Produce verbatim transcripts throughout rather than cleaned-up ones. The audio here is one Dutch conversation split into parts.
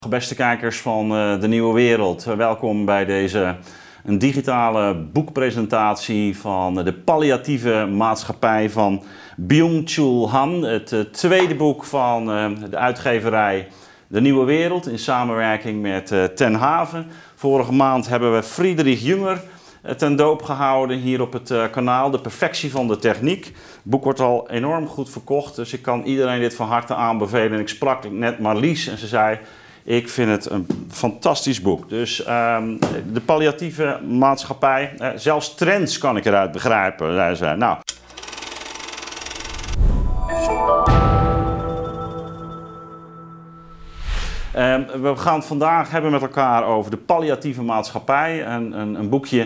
Beste kijkers van uh, De Nieuwe Wereld, uh, welkom bij deze een digitale boekpresentatie van uh, de palliatieve maatschappij van Byung-Chul Han. Het uh, tweede boek van uh, de uitgeverij De Nieuwe Wereld in samenwerking met uh, Ten Haven. Vorige maand hebben we Friedrich Jünger uh, ten doop gehouden hier op het uh, kanaal. De perfectie van de techniek. Het boek wordt al enorm goed verkocht, dus ik kan iedereen dit van harte aanbevelen. En ik sprak net Marlies en ze zei: ik vind het een fantastisch boek. Dus um, de palliatieve maatschappij, eh, zelfs trends kan ik eruit begrijpen, zei ze. Nou. Um, we gaan het vandaag hebben met elkaar over de palliatieve maatschappij. Een, een, een boekje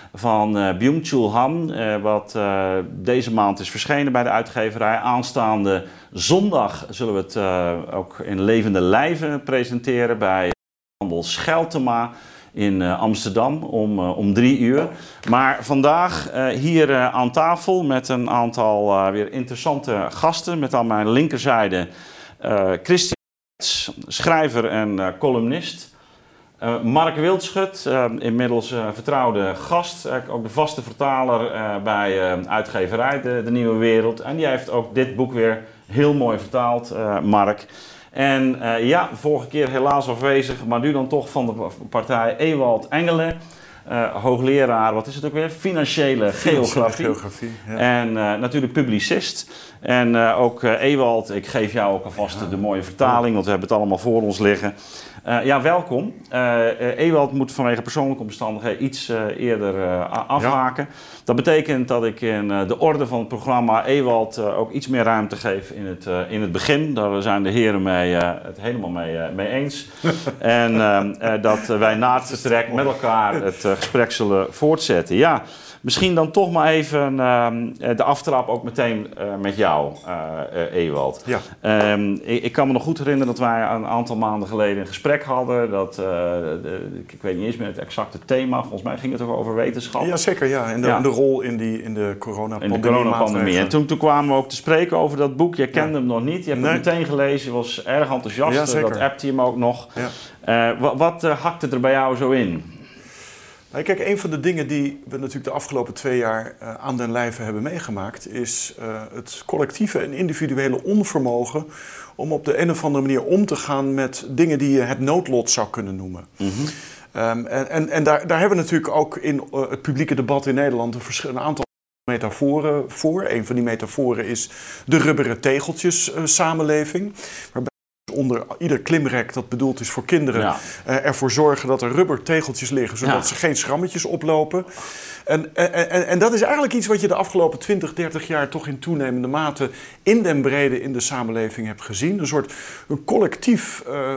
van uh, Byung-Chul Han, uh, wat uh, deze maand is verschenen bij de uitgeverij. Aanstaande zondag zullen we het uh, ook in levende lijven presenteren bij handel Scheltema in uh, Amsterdam om, uh, om drie uur. Maar vandaag uh, hier uh, aan tafel met een aantal uh, weer interessante gasten. Met aan mijn linkerzijde uh, Christian, schrijver en uh, columnist. Uh, Mark Wildschut, uh, inmiddels uh, vertrouwde gast, uh, ook de vaste vertaler uh, bij uh, uitgeverij de, de Nieuwe Wereld. En die heeft ook dit boek weer heel mooi vertaald, uh, Mark. En uh, ja, vorige keer helaas afwezig, maar nu dan toch van de partij Ewald Engelen. Uh, hoogleraar, wat is het ook weer? Financiële geografie. geografie ja. En uh, natuurlijk publicist. En uh, ook uh, Ewald, ik geef jou ook alvast ja. de mooie vertaling, want we hebben het allemaal voor ons liggen. Uh, ja, welkom. Uh, uh, Ewald moet vanwege persoonlijke omstandigheden iets uh, eerder uh, afhaken. Ja. Dat betekent dat ik in uh, de orde van het programma Ewald uh, ook iets meer ruimte geef in het, uh, in het begin. Daar zijn de heren mee, uh, het helemaal mee, uh, mee eens. en uh, uh, dat wij na het vertrek met elkaar het uh, gesprek zullen voortzetten. Ja. Misschien dan toch maar even uh, de aftrap ook meteen uh, met jou, uh, uh, Ewald. Ja. Um, ik, ik kan me nog goed herinneren dat wij een aantal maanden geleden een gesprek hadden. Dat, uh, de, ik weet niet eens meer het exacte thema. Volgens mij ging het ook over wetenschap. Ja, zeker. Ja. En de, ja. de rol in, die, in de coronapandemie. In de coronapandemie. En toen, toen kwamen we ook te spreken over dat boek. Je kende ja. hem nog niet. Je hebt nee. het meteen gelezen. Je was erg enthousiast. Ja, dat appte je hem ook nog. Ja. Uh, wat wat uh, hakte er bij jou zo in? Nou, kijk, een van de dingen die we natuurlijk de afgelopen twee jaar uh, aan den lijve hebben meegemaakt, is uh, het collectieve en individuele onvermogen om op de een of andere manier om te gaan met dingen die je het noodlot zou kunnen noemen. Mm-hmm. Um, en en, en daar, daar hebben we natuurlijk ook in uh, het publieke debat in Nederland een, vers- een aantal metaforen voor. Een van die metaforen is de rubberen tegeltjes uh, samenleving, waarbij onder ieder klimrek dat bedoeld is voor kinderen ja. uh, ervoor zorgen dat er rubbertegeltjes liggen, zodat ja. ze geen schrammetjes oplopen. En, en, en, en dat is eigenlijk iets wat je de afgelopen twintig, dertig jaar toch in toenemende mate in den brede in de samenleving hebt gezien. Een soort een collectief uh,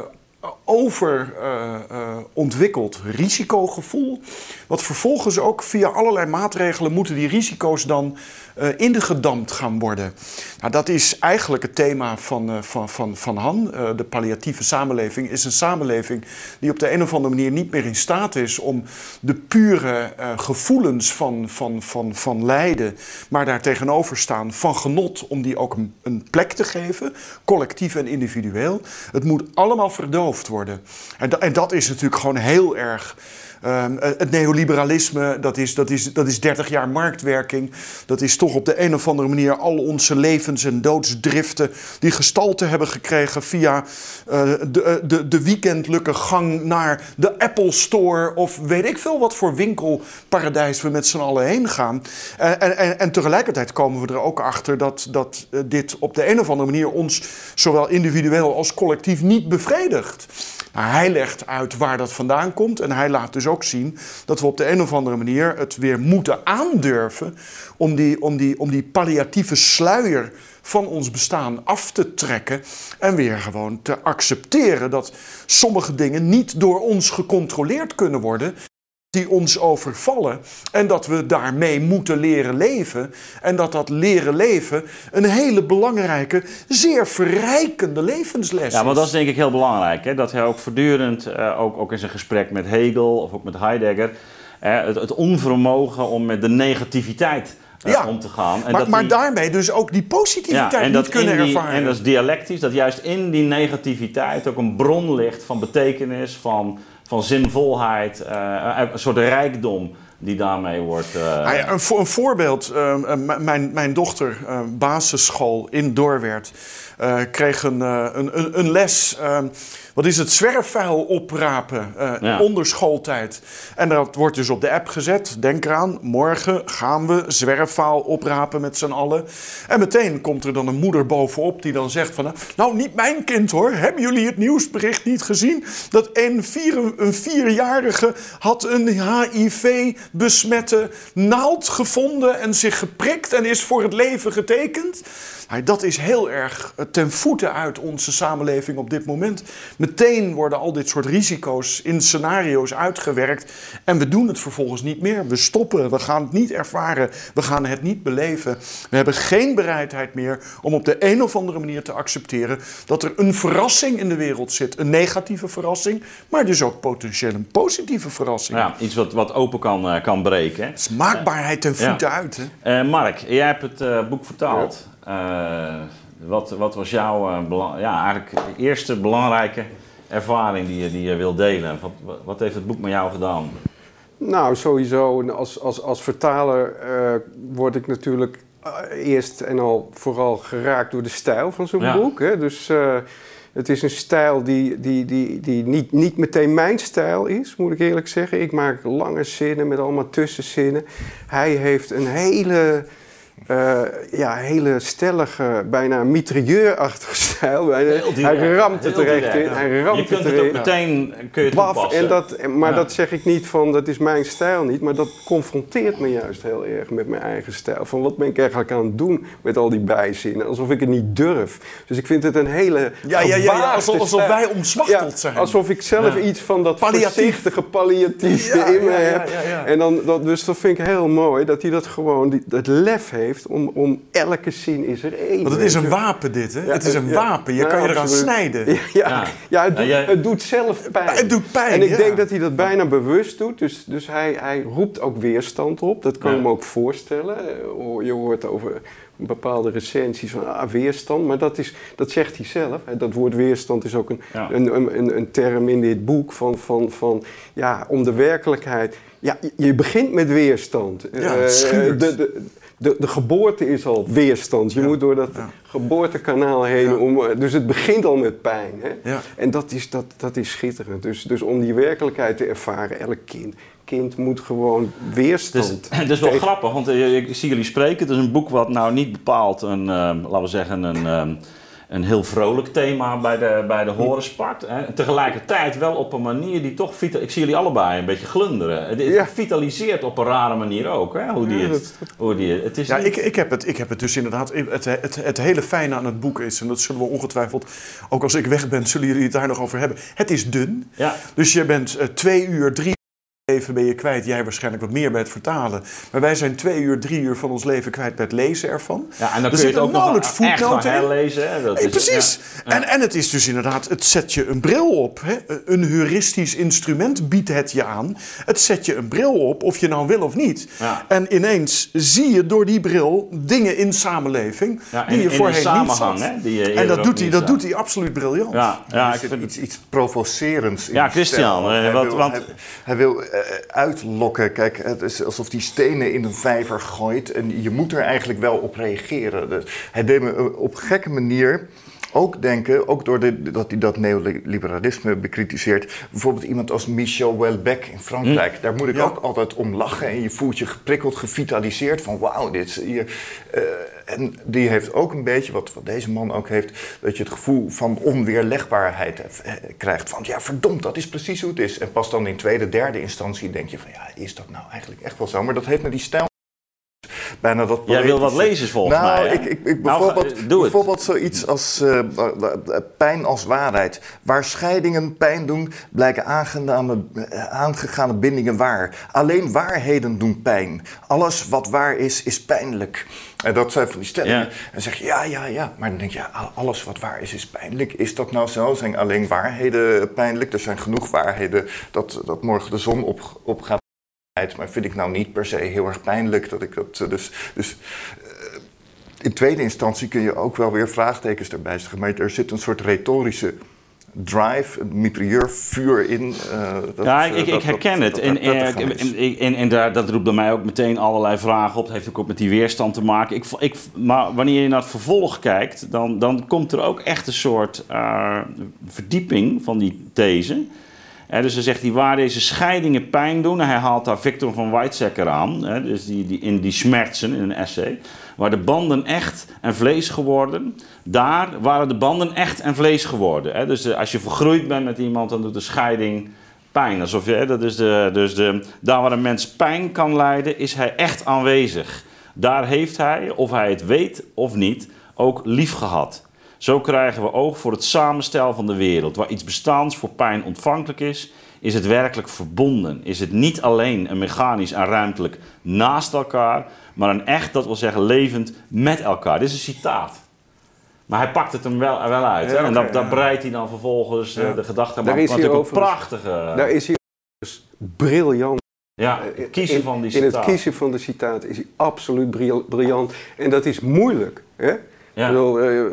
over uh, uh, ontwikkeld risicogevoel, wat vervolgens ook via allerlei maatregelen moeten die risico's dan uh, ingedampt gaan worden. Nou, dat is eigenlijk het thema van, uh, van, van, van Han. Uh, de palliatieve samenleving is een samenleving die op de een of andere manier niet meer in staat is om de pure uh, gevoelens van, van, van, van lijden, maar daar tegenover staan van genot, om die ook een, een plek te geven, collectief en individueel. Het moet allemaal verdoofd worden. En, da- en dat is natuurlijk gewoon heel erg. Um, het neoliberalisme, dat is, dat, is, dat is dertig jaar marktwerking. Dat is toch op de een of andere manier al onze levens- en doodsdriften die gestalte hebben gekregen via uh, de, de, de weekendelijke gang naar de Apple Store of weet ik veel wat voor winkelparadijs we met z'n allen heen gaan. En, en, en tegelijkertijd komen we er ook achter dat, dat uh, dit op de een of andere manier ons zowel individueel als collectief niet bevredigt. Nou, hij legt uit waar dat vandaan komt en hij laat dus ook zien dat we op de een of andere manier het weer moeten aandurven om die, om die, om die palliatieve sluier van ons bestaan af te trekken en weer gewoon te accepteren dat sommige dingen niet door ons gecontroleerd kunnen worden, die ons overvallen en dat we daarmee moeten leren leven en dat dat leren leven een hele belangrijke, zeer verrijkende levensles is. Ja, maar dat is denk ik heel belangrijk, hè? Dat hij ook voortdurend, uh, ook, ook in zijn gesprek met Hegel of ook met Heidegger, uh, het, het onvermogen om met de negativiteit uh, ja. om te gaan. En maar, dat maar die, daarmee dus ook die positiviteit ja, en niet dat kunnen die, ervaren. En dat is dialectisch, dat juist in die negativiteit ook een bron ligt van betekenis, van, van zinvolheid, uh, een soort rijkdom die daarmee wordt... Uh... Ah ja, een, vo- een voorbeeld, uh, m- mijn, mijn dochter, uh, basisschool in Doorwerth, uh, kreeg een, uh, een, een, een les... Uh, Wat is het? Zwerfvuil oprapen uh, ja. onder schooltijd. En dat wordt dus op de app gezet. Denk eraan, morgen gaan we zwerfvuil oprapen met z'n allen. En meteen komt er dan een moeder bovenop die dan zegt van... Nou, niet mijn kind hoor. Hebben jullie het nieuwsbericht niet gezien? Dat een, vier, een vierjarige had een H I V-besmette naald gevonden... en zich geprikt en is voor het leven getekend. Nou, dat is heel erg ten voete uit onze samenleving op dit moment. Meteen worden al dit soort risico's in scenario's uitgewerkt. En we doen het vervolgens niet meer. We stoppen, we gaan het niet ervaren, we gaan het niet beleven. We hebben geen bereidheid meer om op de een of andere manier te accepteren... dat er een verrassing in de wereld zit. Een negatieve verrassing, maar dus ook potentieel een positieve verrassing. Ja, iets wat, wat open kan, uh, kan breken. Het is maakbaarheid ten voete ja. uit. Hè? Uh, Mark, jij hebt het uh, boek vertaald. Uh, wat, wat was jouw uh, belang, ja, eigenlijk de eerste belangrijke ervaring die je, die je wil delen? Wat, wat heeft het boek met jou gedaan? Nou, sowieso. Als, als, als vertaler uh, word ik natuurlijk uh, eerst en al vooral geraakt door de stijl van zo'n ja. boek. Hè? Dus uh, het is een stijl die, die, die, die niet, niet meteen mijn stijl is, moet ik eerlijk zeggen. Ik maak lange zinnen met allemaal tussenzinnen. Hij heeft een hele... Uh, ja, hele stellige, bijna mitrailleurachtige stijl. Direct, hij ramt het terecht in. Hij ramt je kunt het, het ook meteen kun je het Baf, toepassen. En dat, maar ja. dat zeg ik niet van, dat is mijn stijl niet. Maar dat confronteert me juist heel erg met mijn eigen stijl. Van wat ben ik eigenlijk aan het doen met al die bijzinnen? Alsof ik het niet durf. Dus ik vind het een hele ja, ja, ja, ja, alsof, alsof wij omswachteld ja, zijn. Alsof ik zelf ja. iets van dat Palliatief. voorzichtige palliatieve ja, in me ja, heb. Ja, ja, ja. En dan, dat, dus dat vind ik heel mooi, dat hij dat gewoon, die, dat lef heeft om... om elke zin is er één. Want het is een wapen dit, hè? Ja, het is een ja, wapen. Je ja, kan je eraan absoluut. snijden. Ja, ja. ja, het, doet, ja, het doet zelf pijn. Het doet pijn, En ik ja. denk dat hij dat bijna bewust doet. Dus, dus hij, hij roept ook weerstand op. Dat kan ja. ik me ook voorstellen. Je hoort over bepaalde recensies van ah, weerstand. Maar dat, is, dat zegt hij zelf. Dat woord weerstand is ook een, ja. een, een, een term in dit boek. Van, van, van, ja, om de werkelijkheid... Ja, je begint met weerstand. Ja, het schuurt. De, de, De, de geboorte is al weerstand. Je ja. moet door dat ja. geboortekanaal heen. Ja. Om, dus het begint al met pijn. Hè? Ja. En dat is, dat, dat is schitterend. Dus, dus om die werkelijkheid te ervaren, elk kind, kind moet gewoon weerstand. Het is wel tegen... grappig, want uh, ik zie jullie spreken. Het is een boek wat nou niet bepaald een, uh, laten we zeggen, een... Um, een heel vrolijk thema bij de, bij de horen spart. Hè. Tegelijkertijd wel op een manier die toch... Vita- ik zie jullie allebei een beetje glunderen. Het, het ja. vitaliseert op een rare manier ook. Hè, hoe die ja, het, dat, hoe die het, het is ja, niet... ik, ik, heb het, ik heb het dus inderdaad... Het, het, het hele fijne aan het boek is... en dat zullen we ongetwijfeld... ook als ik weg ben, zullen jullie het daar nog over hebben. Het is dun. Ja. Dus je bent uh, twee uur, drie... leven ben je kwijt, jij waarschijnlijk wat meer bij het vertalen. Maar wij zijn twee uur, drie uur van ons leven kwijt bij het lezen ervan. Ja, en dan er kun je het ook nauwelijks voetnoten herlezen. Hè? Dat hey, is, precies. Ja. En, en het is dus inderdaad, het zet je een bril op. Hè? Een heuristisch instrument biedt het je aan. Het zet je een bril op, of je nou wil of niet. Ja. En ineens zie je door die bril dingen in samenleving ja, die in, je voorheen niet zag. Hè? Die je en dat, doet hij, dat doet hij absoluut briljant. Ja, ja, ik vind iets, iets provocerends in ja, Christian. Hij, wat, wil, want... hij, hij wil uh, uitlokken. Kijk, het is alsof hij stenen in een vijver gooit en je moet er eigenlijk wel op reageren. Dus hij deed me op gekke manier ook denken, ook door de, dat hij dat neoliberalisme bekritiseert. Bijvoorbeeld iemand als Michel Houellebecq in Frankrijk. Mm. Daar moet ik ja. ook altijd om lachen. En je voelt je geprikkeld, gevitaliseerd van wauw, dit is hier. Uh, en die heeft ook een beetje, wat, wat deze man ook heeft, dat je het gevoel van onweerlegbaarheid uh, krijgt. Van ja, verdomd, dat is precies hoe het is. En pas dan in tweede, derde instantie denk je van ja, is dat nou eigenlijk echt wel zo? Maar dat heeft met die stijl bijna dat Jij wil wat lezen volgens nou, mij. Ik, ik, ik, bijvoorbeeld nou, bijvoorbeeld zoiets als uh, pijn als waarheid. Waar scheidingen pijn doen, blijken aangename, aangegane bindingen waar. Alleen waarheden doen pijn. Alles wat waar is, is pijnlijk. En dat zijn van die stellingen. Ja. En dan zeg je ja, ja, ja. Maar dan denk je, ja, alles wat waar is, is pijnlijk. Is dat nou zo? Zijn alleen waarheden pijnlijk? Er zijn genoeg waarheden dat, dat morgen de zon op, op gaat. feit, maar vind ik nou niet per se heel erg pijnlijk dat ik dat... Dus, dus uh, in tweede instantie kun je ook wel weer vraagtekens erbij zeggen, maar er zit een soort retorische drive, een mitrailleurvuur in. Uh, dat, ja, ik, ik, dat, ik herken dat, het. dat, En, dat, dat en, en, en, en daar, dat roept bij mij ook meteen allerlei vragen op. Het heeft ook, ook met die weerstand te maken. Ik, ik, maar wanneer je naar het vervolg kijkt, dan, dan komt er ook echt een soort uh, verdieping van die these. He, dus dan zegt hij, waar deze scheidingen pijn doen, hij haalt daar Victor van Weizsäcker aan, he, dus die, die, in die Schmerzen, in een essay, waar de banden echt en vlees geworden, daar waren de banden echt en vlees geworden. He. Dus de, als je vergroeid bent met iemand, dan doet de scheiding pijn. Alsof je, he, dat is de, dus de, daar waar een mens pijn kan lijden, is hij echt aanwezig. Daar heeft hij, of hij het weet of niet, ook lief gehad. Zo krijgen we oog voor het samenstel van de wereld. Waar iets bestaans voor pijn ontvankelijk is, is het werkelijk verbonden. Is het niet alleen een mechanisch en ruimtelijk naast elkaar, maar een echt, dat wil zeggen levend met elkaar. Dit is een citaat. Maar hij pakt het hem wel, wel uit. Ja, hè? En okay, daar, daar breidt hij dan vervolgens ja. de gedachte aan. Daar is hij een prachtige... Daar is hij dus briljant. Ja, het kiezen in, van die citaat. In het kiezen van de citaat is hij absoluut briljant. En dat is moeilijk, hè? Ja. Ik bedoel, uh, uh,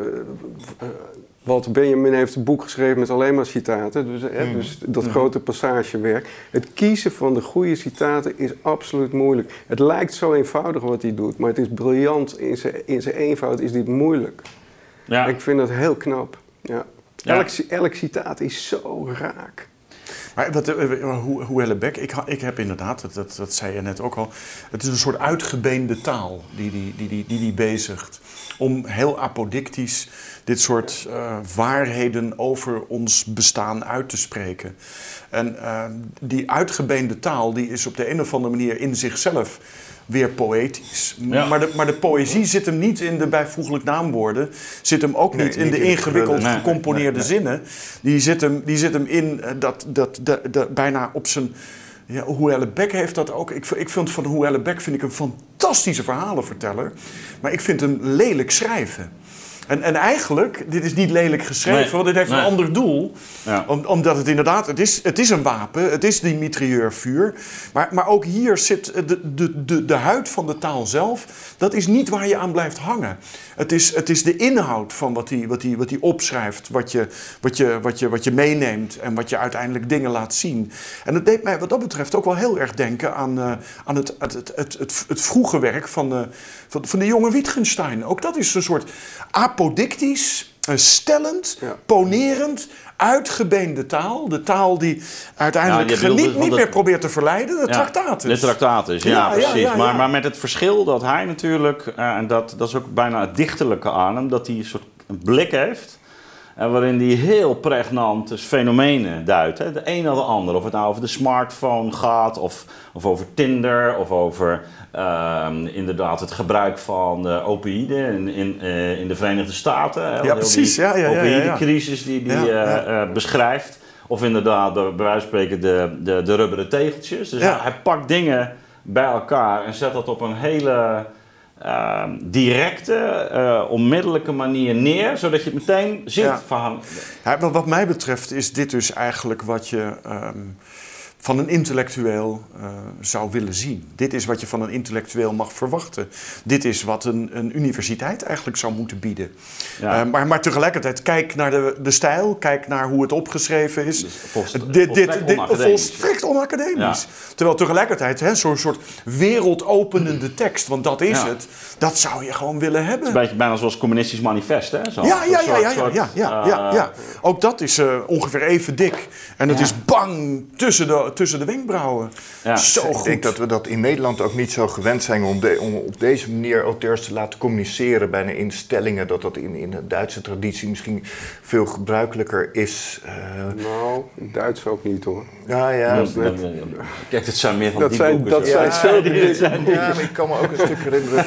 Walter Benjamin heeft een boek geschreven met alleen maar citaten. Dus, uh, mm. dus dat mm. grote passagewerk. Het kiezen van de goede citaten is absoluut moeilijk. Het lijkt zo eenvoudig wat hij doet, maar het is briljant. In zijn, in zijn eenvoud is dit moeilijk. Ja. Ik vind dat heel knap. Ja. Ja. Elk, elk citaat is zo raak. Maar wat, hoe, hoe Houellebecq, ik, ik heb inderdaad, dat, dat, dat zei je net ook al, het is een soort uitgebeende taal die die, die, die, die, die bezigt. Om heel apodictisch dit soort uh, waarheden over ons bestaan uit te spreken. En uh, die uitgebeende taal die is op de een of andere manier in zichzelf weer poëtisch. Ja. Maar, de, maar de poëzie zit hem niet in de bijvoeglijk naamwoorden. Zit hem ook nee, niet in niet de in ingewikkeld nee, gecomponeerde nee, nee. zinnen. Die zit hem, die zit hem in dat, dat, dat, dat bijna op zijn... Ja, Houellebecq heeft dat ook. Ik, ik vind van Houellebecq vind ik een fantastische verhalenverteller. Maar ik vind hem lelijk schrijven. En, en eigenlijk, dit is niet lelijk geschreven, nee, want dit heeft nee. een ander doel. Ja. Om, omdat het inderdaad, het is, het is een wapen, het is die mitrailleurvuur. Maar, maar ook hier zit de, de, de, de huid van de taal zelf, dat is niet waar je aan blijft hangen. Het is, het is de inhoud van wat hij wat wat opschrijft, wat je, wat, je, wat, je, wat je meeneemt en wat je uiteindelijk dingen laat zien. En dat deed mij wat dat betreft ook wel heel erg denken aan, uh, aan het, het, het, het, het, het vroege werk van, uh, van, van de jonge Wittgenstein. Ook dat is een soort apodictisch, stellend, ja. ponerend, uitgebeende taal. De taal die uiteindelijk ja, niet, niet meer probeert te verleiden. De ja, Tractatus. De Tractatus, ja, ja precies. Ja, ja, ja. Maar, maar met het verschil dat hij natuurlijk, uh, en dat, dat is ook bijna het dichterlijke aan hem, dat hij een soort een blik heeft. En waarin hij heel pregnant dus fenomenen duidt. Hè? De een of de ander. Of het nou over de smartphone gaat, of, of over Tinder, of over uh, inderdaad het gebruik van uh, opioïden in, in, uh, in de Verenigde Staten. Hè? Ja, precies. Die ja, ja, ja, opioïdencrisis die hij ja, ja. uh, uh, beschrijft. Of inderdaad, bij wijze van spreken, de, de, de rubberen tegeltjes. Dus ja. hij, hij pakt dingen bij elkaar en zet dat op een hele... Uh, directe, uh, onmiddellijke manier neer, zodat je het meteen ziet ja. van... Ja, wat mij betreft is dit dus eigenlijk wat je um, van een intellectueel uh, zou willen zien. Dit is wat je van een intellectueel mag verwachten. Dit is wat een, een universiteit eigenlijk zou moeten bieden. Ja. Uh, maar, maar tegelijkertijd, kijk naar de, de stijl, kijk naar hoe het opgeschreven is. Dus volst, dit, dit, dit, volstrekt onacademisch. Ja. Terwijl tegelijkertijd zo'n soort wereldopenende tekst, want dat is ja. het, dat zou je gewoon willen hebben. Het is een beetje bijna zoals communistisch manifest, hè? Zo, ja, ja, ja, ja, ja, ja, ja, ja, ja. Ook dat is uh, ongeveer even dik. En het ja. is bang tussen de, tussen de wenkbrauwen. Ja. Zo goed. Ik denk dat we dat in Nederland ook niet zo gewend zijn om, de, om op deze manier auteurs te laten communiceren bij de instellingen. Dat dat in, in de Duitse traditie misschien veel gebruikelijker is. Uh, nou, in Duits ook niet hoor. Ja, ja. Dat, dat, dat, kijk, het zijn meer van dat die zijn, boeken. Dat zo. zijn ja, zo die, die, zijn ja, maar ik kan me ook een stuk herinneren.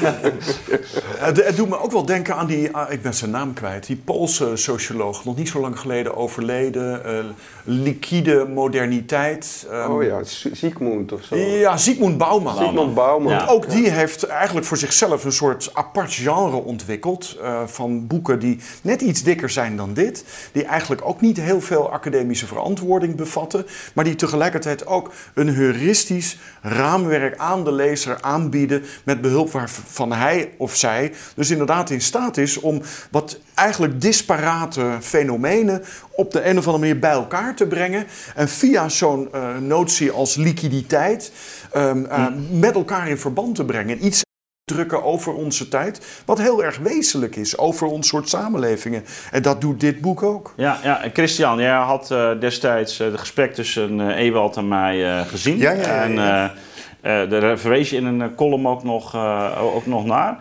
Het, het doet me ook wel denken aan die, uh, ik ben zijn naam kwijt, die Poolse socioloog, nog niet zo lang geleden overleden, uh, liquide moderniteit. Um, oh ja, Zygmunt of zo. Ja, Zygmunt Bauman. Zygmunt Bauman. Want ook die heeft eigenlijk voor zichzelf een soort apart genre ontwikkeld. Uh, van boeken die net iets dikker zijn dan dit. Die eigenlijk ook niet heel veel academische verantwoording bevatten. Maar die tegelijkertijd ook een heuristisch raamwerk aan de lezer aanbieden. Met behulp waarvan hij of zij dus inderdaad in staat is om wat eigenlijk disparate fenomenen op de een of andere manier bij elkaar te brengen. En via zo'n uh, notie als liquiditeit um, uh, hmm. met elkaar in verband te brengen. Iets drukken over onze tijd, wat heel erg wezenlijk is over ons soort samenlevingen. En dat doet dit boek ook. Ja, ja. En Christian, jij had uh, destijds uh, het gesprek tussen uh, Ewald en mij uh, gezien. Ja, ja, ja, ja. En uh, uh, daar verwees je in een column ook nog, uh, ook nog naar.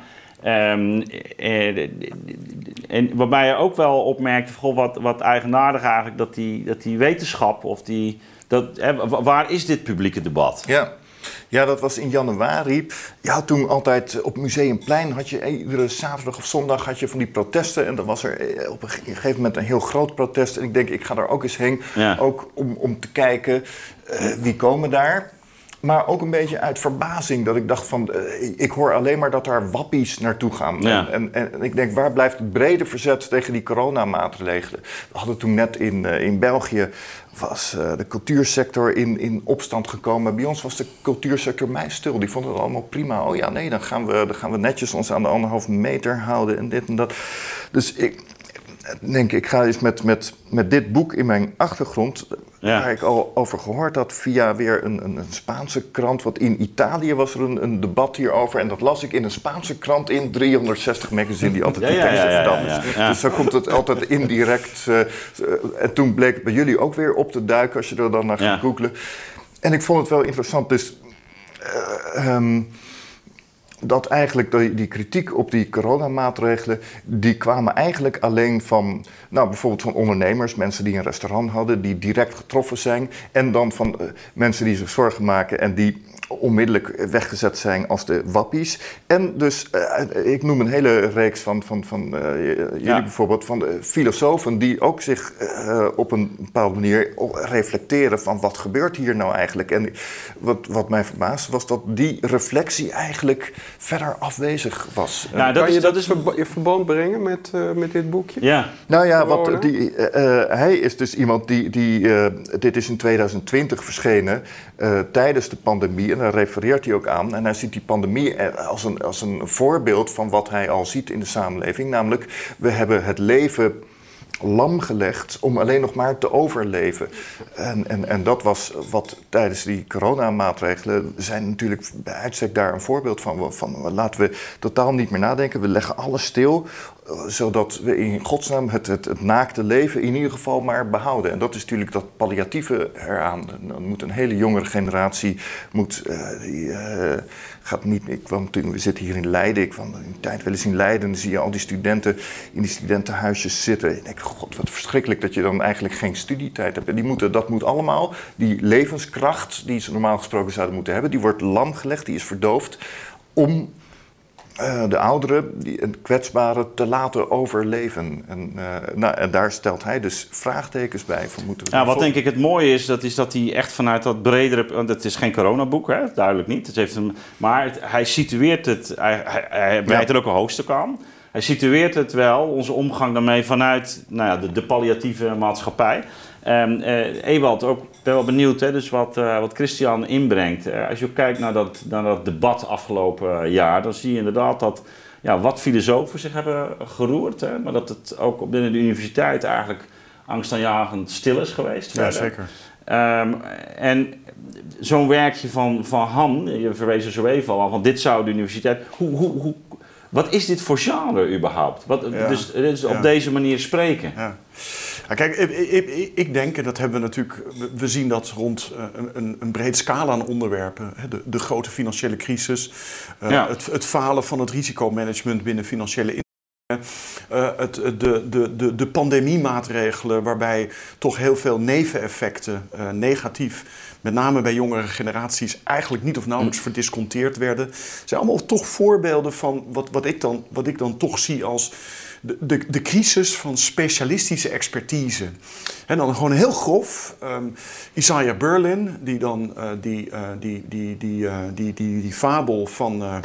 Um, en, en waarbij je ook wel opmerkte, goh, wat, wat eigenaardig eigenlijk, dat die, dat die wetenschap, of die, dat, hè, waar is dit publieke debat? Ja. Ja, dat was in januari. Je had toen altijd op Museumplein, had je iedere zaterdag of zondag had je van die protesten. En dan was er op een gegeven moment een heel groot protest. En ik denk, ik ga daar ook eens heen, ja. ook om, om te kijken uh, wie komen daar. Maar ook een beetje uit verbazing dat ik dacht van, uh, ik hoor alleen maar dat daar wappies naartoe gaan. Ja. En, en, en ik denk, waar blijft het brede verzet tegen die coronamaatregelen? We hadden toen net in, uh, in België, was uh, de cultuursector in, in opstand gekomen. Bij ons was de cultuursector muisstil. Die vonden het allemaal prima. Oh ja, nee, dan gaan we, dan gaan we netjes ons aan de anderhalve meter houden en dit en dat. Dus ik denk, ik ga eens met, met, met dit boek in mijn achtergrond, ja. waar ik al over gehoord had via weer een, een, een Spaanse krant. Want in Italië was er een, een debat hierover. En dat las ik in een Spaanse krant in driehonderdzestig magazine die altijd ja, die ja, teksten ja, ja, verdammen. ja, ja. Dus zo komt het altijd indirect. Uh, en toen bleek het bij jullie ook weer op te duiken als je er dan naar gaat ja. googlen. En ik vond het wel interessant. Dus uh, um, dat eigenlijk die, die kritiek op die coronamaatregelen, die kwamen eigenlijk alleen van, nou bijvoorbeeld van ondernemers, mensen die een restaurant hadden, die direct getroffen zijn. En dan van uh, mensen die zich zorgen maken en die onmiddellijk weggezet zijn als de wappies. En dus, uh, ik noem een hele reeks van, van, van uh, jullie ja. bijvoorbeeld, van de filosofen die ook zich uh, op een bepaalde manier reflecteren van wat gebeurt hier nou eigenlijk. En wat, wat mij verbaasde was dat die reflectie eigenlijk verder afwezig was. Nou, dat kan is, je dat, dat is verba- in verband brengen met, uh, met dit boekje? Ja. Nou ja, wat, die, uh, uh, hij is dus iemand die, die uh, dit is in tweeduizend twintig verschenen, uh, tijdens de pandemie. En daar refereert hij ook aan. En hij ziet die pandemie als een, als een voorbeeld van wat hij al ziet in de samenleving. Namelijk, we hebben het leven lam gelegd om alleen nog maar te overleven. En, en, en dat was wat tijdens die coronamaatregelen zijn natuurlijk bij uitstek daar een voorbeeld van. van laten we totaal niet meer nadenken. We leggen alles stil, zodat we in godsnaam het, het, het naakte leven in ieder geval maar behouden. En dat is natuurlijk dat palliatieve eraan. Dan moet een hele jongere generatie moet, uh, die, uh, gaat niet. Ik kwam toen, we zitten hier in Leiden. Ik kwam in de tijd wel eens in Leiden. Dan zie je al die studenten in die studentenhuisjes zitten. Ik denk, god, wat verschrikkelijk dat je dan eigenlijk geen studietijd hebt. Die moeten, dat moet allemaal, die levenskracht die ze normaal gesproken zouden moeten hebben, die wordt lam gelegd, die is verdoofd om Uh, de ouderen, die een kwetsbare, te laten overleven. En, uh, nou, en daar stelt hij dus vraagtekens bij. Van moeten we ja, wat denk ik het mooie is, dat is dat hij echt vanuit dat bredere... Want het is geen coronaboek, hè? Duidelijk niet. Het heeft een, maar het, hij situeert het... Hij, hij, hij wijdt ja. er ook een hoofdstuk aan. Hij situeert het wel, onze omgang daarmee, vanuit nou ja, de, de palliatieve maatschappij. Um, uh, Ewald, ook ben wel benieuwd, hè, dus wat, uh, wat Christian inbrengt. Uh, als je ook kijkt naar dat, naar dat debat afgelopen jaar, dan zie je inderdaad dat ja, wat filosofen zich hebben geroerd. Hè, maar dat het ook binnen de universiteit eigenlijk angstaanjagend stil is geweest. Ja, zeker. Um, en zo'n werkje van, van Han, je verwees er zo even al aan, van dit zou de universiteit... Hoe, hoe, hoe, wat is dit voor genre überhaupt? Wat, ja, dus dus op ja. deze manier spreken. Ja. Ja, kijk, ik, ik, ik denk, en dat hebben we natuurlijk... We zien dat rond een, een, een breed scala aan onderwerpen. De, de grote financiële crisis. Uh, ja. het, het falen van het risicomanagement binnen financiële Uh, het, de, de, de, de pandemiemaatregelen waarbij toch heel veel neveneffecten uh, negatief, met name bij jongere generaties, eigenlijk niet of nauwelijks mm. verdisconteerd werden. Het zijn allemaal toch voorbeelden van wat, wat, ik dan, wat ik dan toch zie als de, de, de crisis van specialistische expertise. En dan gewoon heel grof, um, Isaiah Berlin, die dan uh, die, uh, die, die, die, uh, die, die, die fabel van... Uh,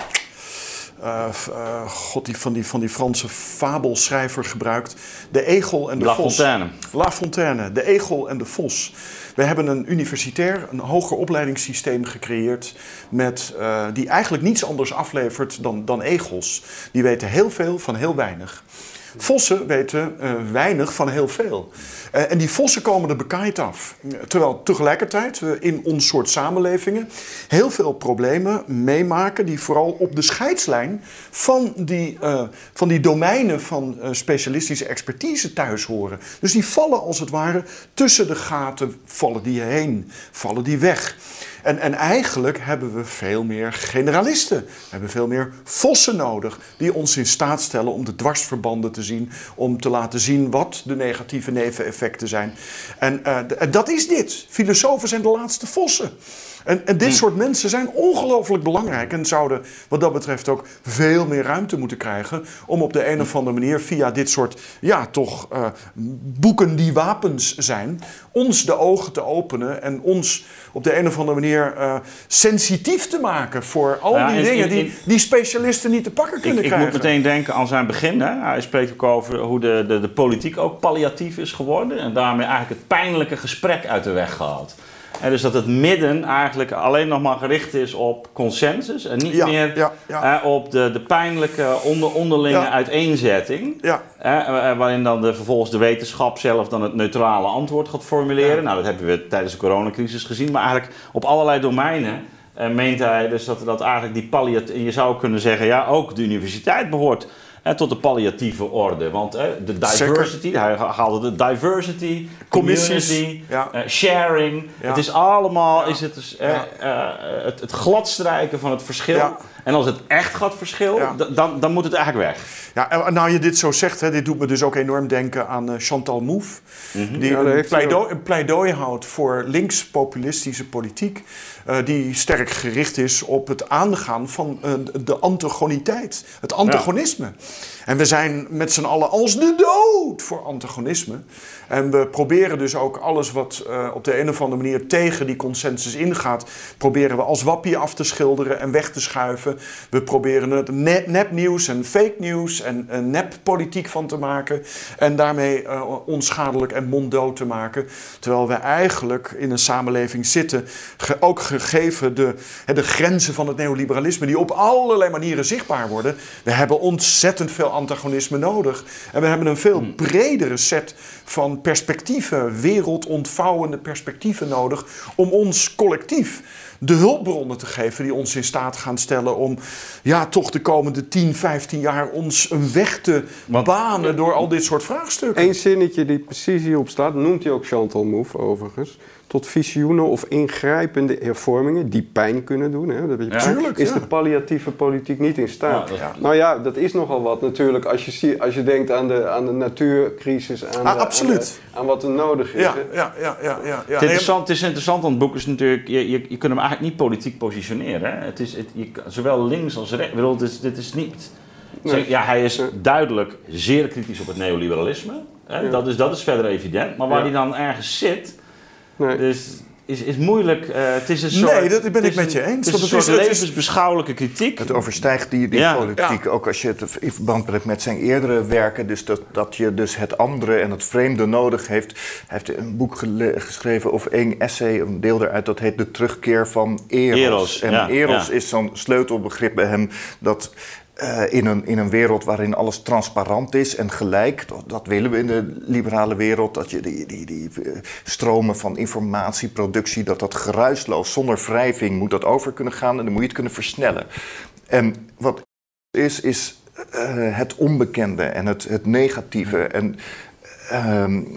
Uh, uh, God, die van, die van die Franse fabelschrijver gebruikt. De egel en de La vos. Fontaine. La Fontaine, de egel en de vos. We hebben een universitair, een hoger opleidingssysteem gecreëerd met, uh, die eigenlijk niets anders aflevert dan, dan egels. Die weten heel veel van heel weinig. Vossen weten uh, weinig van heel veel. Uh, en die vossen komen er bekaaid af. Terwijl tegelijkertijd we in ons soort samenlevingen heel veel problemen meemaken die vooral op de scheidslijn van die, uh, van die domeinen van uh, specialistische expertise thuis horen. Dus die vallen als het ware tussen de gaten, vallen die heen, vallen die weg. En, en eigenlijk hebben we veel meer generalisten. We hebben veel meer vossen nodig die ons in staat stellen om de dwarsverbanden te zien. Om te laten zien wat de negatieve neveneffecten zijn. En uh, d- dat is dit. Filosofen zijn de laatste vossen. En, en dit soort mensen zijn ongelooflijk belangrijk en zouden wat dat betreft ook veel meer ruimte moeten krijgen om op de een of andere manier via dit soort, ja toch, uh, boeken die wapens zijn, ons de ogen te openen en ons op de een of andere manier uh, sensitief te maken voor al Ja, die in, dingen in, in, die, die specialisten niet te pakken kunnen ik, ik krijgen. moet meteen denken aan zijn begin. Hè. Hij spreekt ook over hoe de, de, de politiek ook palliatief is geworden en daarmee eigenlijk het pijnlijke gesprek uit de weg gehaald. En dus dat het midden eigenlijk alleen nog maar gericht is op consensus en niet Ja, meer ja, ja. Eh, op de, de pijnlijke onder, onderlinge Ja. uiteenzetting. Ja. Eh, waarin dan de, vervolgens de wetenschap zelf dan het neutrale antwoord gaat formuleren. Ja. Nou, dat hebben we tijdens de coronacrisis gezien. Maar eigenlijk op allerlei domeinen eh, meent hij dus dat, dat eigenlijk die palliatieve... En je zou kunnen zeggen, ja, ook de universiteit behoort... Eh, tot de palliatieve orde. Want eh, de diversity, Zeker. hij haalde de diversity, Commissies, community, ja. eh, sharing. Ja. Het is allemaal Ja. is het, dus, eh, Ja. eh, het, het gladstrijken van het verschil. Ja. En als het echt gaat verschil, Ja. d- dan, dan moet het eigenlijk weg. Ja, en nou je dit zo zegt, hè, dit doet me dus ook enorm denken aan uh, Chantal Mouffe. Mm-hmm. Die Ja, dat een, heeft hij pleidooi, een pleidooi houdt voor links-populistische politiek. Uh, die sterk gericht is op het aangaan van uh, de antagoniteit. Het antagonisme. Ja. En we zijn met z'n allen als de dood voor antagonisme. En we proberen dus ook alles wat uh, op de een of andere manier tegen die consensus ingaat, proberen we als wappie af te schilderen en weg te schuiven. We proberen het nepnieuws en fake nieuws en uh, neppolitiek van te maken. En daarmee uh, onschadelijk en monddood te maken. Terwijl we eigenlijk in een samenleving zitten, ge- ook gegeven de, hè, de grenzen van het neoliberalisme, die op allerlei manieren zichtbaar worden. We hebben ontzettend veel antagonisme nodig. En we hebben een veel bredere set van perspectieven, wereldoontvouwende perspectieven nodig om ons collectief de hulpbronnen te geven die ons in staat gaan stellen om ja, toch de komende tien, vijftien jaar ons een weg te Want, banen door al dit soort vraagstukken. Eén zinnetje die precies hierop staat, noemt hij ook Chantal Mouffe overigens. Tot visioenen of ingrijpende hervormingen die pijn kunnen doen, hè, dat weet je, Ja. pijn, Tuurlijk, is ja. de palliatieve politiek niet in staat. Ja, dat- Nou ja, dat is nogal wat natuurlijk als je, zie, als je denkt aan de, aan de natuurcrisis, aan, Ah, de, absoluut. aan, de- aan wat er nodig is. Ja, hè. ja, ja, ja, ja, ja. Het, interessant, het is interessant, want het boek is natuurlijk... Je, je, je kunt hem eigenlijk niet politiek positioneren. Hè? Het is, het, je, zowel links als rechts. Ik bedoel, dit is, dit is niet... Nee. Ja, hij is Nee. duidelijk zeer kritisch op het neoliberalisme. Hè? Ja. Dat, is, dat is verder evident. Maar waar Ja. hij dan ergens zit... Nee. Dus is, is moeilijk. Uh, het is een soort, Nee, dat ben het ik is met je een- eens. Het is Want een het soort is- het is- levensbeschouwelijke kritiek. Het overstijgt die, die Ja. politiek, Ja. ook als je het in verband brengt met zijn eerdere werken. Dus dat, dat je dus het andere en het vreemde nodig heeft. Hij heeft een boek gele- geschreven of één essay, een deel eruit, dat heet De Terugkeer van Eros. Eros, en ja, Eros ja. is zo'n sleutelbegrip bij hem dat... Uh, in, een, in een wereld waarin alles transparant is en gelijk, dat, dat willen we in de liberale wereld, dat je die, die, die uh, stromen van informatieproductie, dat dat geruisloos, zonder wrijving moet dat over kunnen gaan en dan moet je het kunnen versnellen. En wat is, is uh, het onbekende en het, het negatieve en... Uh,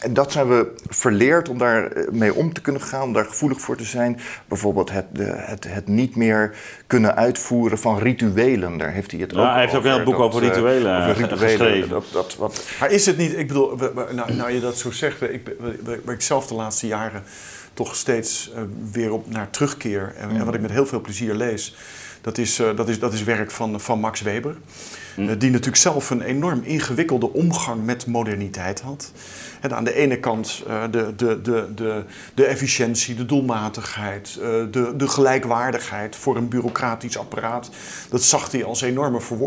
en dat zijn we verleerd om daar mee om te kunnen gaan, om daar gevoelig voor te zijn. Bijvoorbeeld het, de, het, het niet meer kunnen uitvoeren van rituelen. Daar heeft hij het nou, ook hij heeft over. ook een boek dat, over rituelen, over rituelen geschreven. Dat, dat, wat... Maar is het niet, ik bedoel, nou, nou je dat zo zegt, ik, waar ik zelf de laatste jaren toch steeds uh, weer op naar terugkeer en, mm. en wat ik met heel veel plezier lees, dat is, uh, dat is, dat is werk van, van Max Weber. Mm. Uh, die natuurlijk zelf een enorm ingewikkelde omgang met moderniteit had. En aan de ene kant uh, de, de, de, de, de efficiëntie, de doelmatigheid, uh, de, de gelijkwaardigheid voor een bureaucratisch apparaat. Dat zag hij als enorme verworvenheden.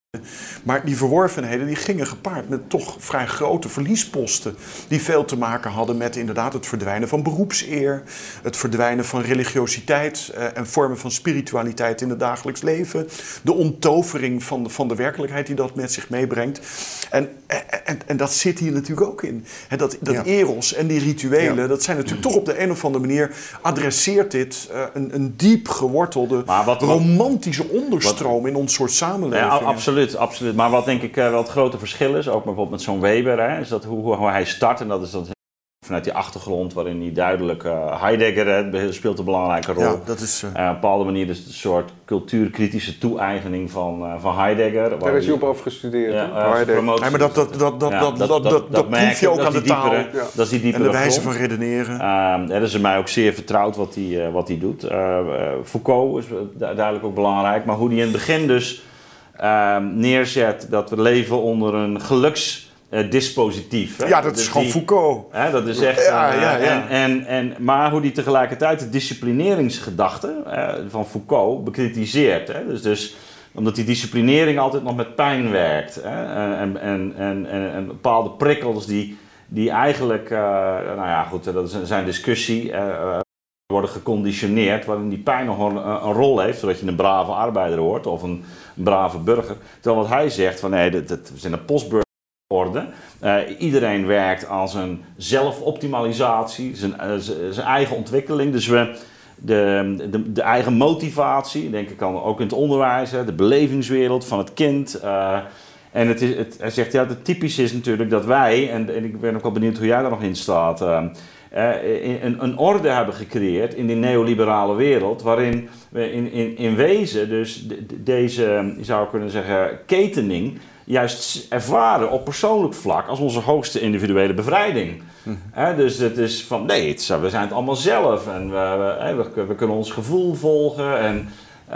Maar die verworvenheden die gingen gepaard met toch vrij grote verliesposten. Die veel te maken hadden met inderdaad het verdwijnen van beroepseer. Het verdwijnen van religiositeit uh, en vormen van spiritualiteit in het dagelijks leven. De onttovering van de, van de werkelijkheid die dat met zich meebrengt. En, en, en dat zit hier natuurlijk ook in. He, dat dat ja. eros en die rituelen, ja. dat zijn natuurlijk toch op de een of andere manier adresseert dit uh, een, een diep gewortelde wat, romantische onderstroom wat, in ons soort samenleving. Ja, absoluut, absoluut. Maar wat denk ik uh, wel het grote verschil is, ook bijvoorbeeld met zo'n Weber, hè, is dat hoe, hoe hij start. En dat is dat vanuit die achtergrond waarin hij duidelijk uh, Heidegger hè, speelt een belangrijke rol. Ja, dat is, uh... uh, op een bepaalde manier is het een soort cultuurkritische toe-eigening van, uh, van Heidegger. Daar is hij op afgestudeerd. Ja, uh, ja, maar dat, dat, dat, dat, ja, dat, dat, dat, dat, dat, dat proef je ook aan de taal. Diepere, ja. Dat is die diepere en de wijze grond. van redeneren. Uh, dat is mij ook zeer vertrouwd wat hij, uh, wat hij doet. Uh, uh, Foucault is duidelijk ook belangrijk, maar hoe hij in het begin dus uh, neerzet dat we leven onder een geluks Uh, dispositief. Hè? Ja, dat dus is gewoon die, Foucault. Hè, dat is echt. Ja, uh, ja, ja. En, en, en, maar hoe die tegelijkertijd de disciplineringsgedachte uh, van Foucault bekritiseert. Hè? Dus, dus omdat die disciplinering altijd nog met pijn werkt. Hè? En, en, en, en, en bepaalde prikkels die, die eigenlijk, uh, nou ja, goed, dat is zijn discussie. Uh, worden geconditioneerd, waarin die pijn nog een, een rol heeft, zodat je een brave arbeider wordt of een, een brave burger. Terwijl wat hij zegt van nee, dat, dat, we zijn een postburger. Orde. Uh, iedereen werkt als een zelfoptimalisatie, zijn, uh, zijn eigen ontwikkeling. Dus we, de, de, de eigen motivatie, denk ik dan ook in het onderwijs, hè, de belevingswereld van het kind. Uh, en het is, het, hij zegt, ja, het typisch is natuurlijk dat wij, en, en ik ben ook wel benieuwd hoe jij daar nog in staat, uh, uh, een, een orde hebben gecreëerd in die neoliberale wereld, waarin we in, in, in wezen dus de, de, deze, je zou kunnen zeggen, ketening juist ervaren op persoonlijk vlak als onze hoogste individuele bevrijding. Mm-hmm. He, dus het is van, nee, het is, we zijn het allemaal zelf en we, we, we, we kunnen ons gevoel volgen. En,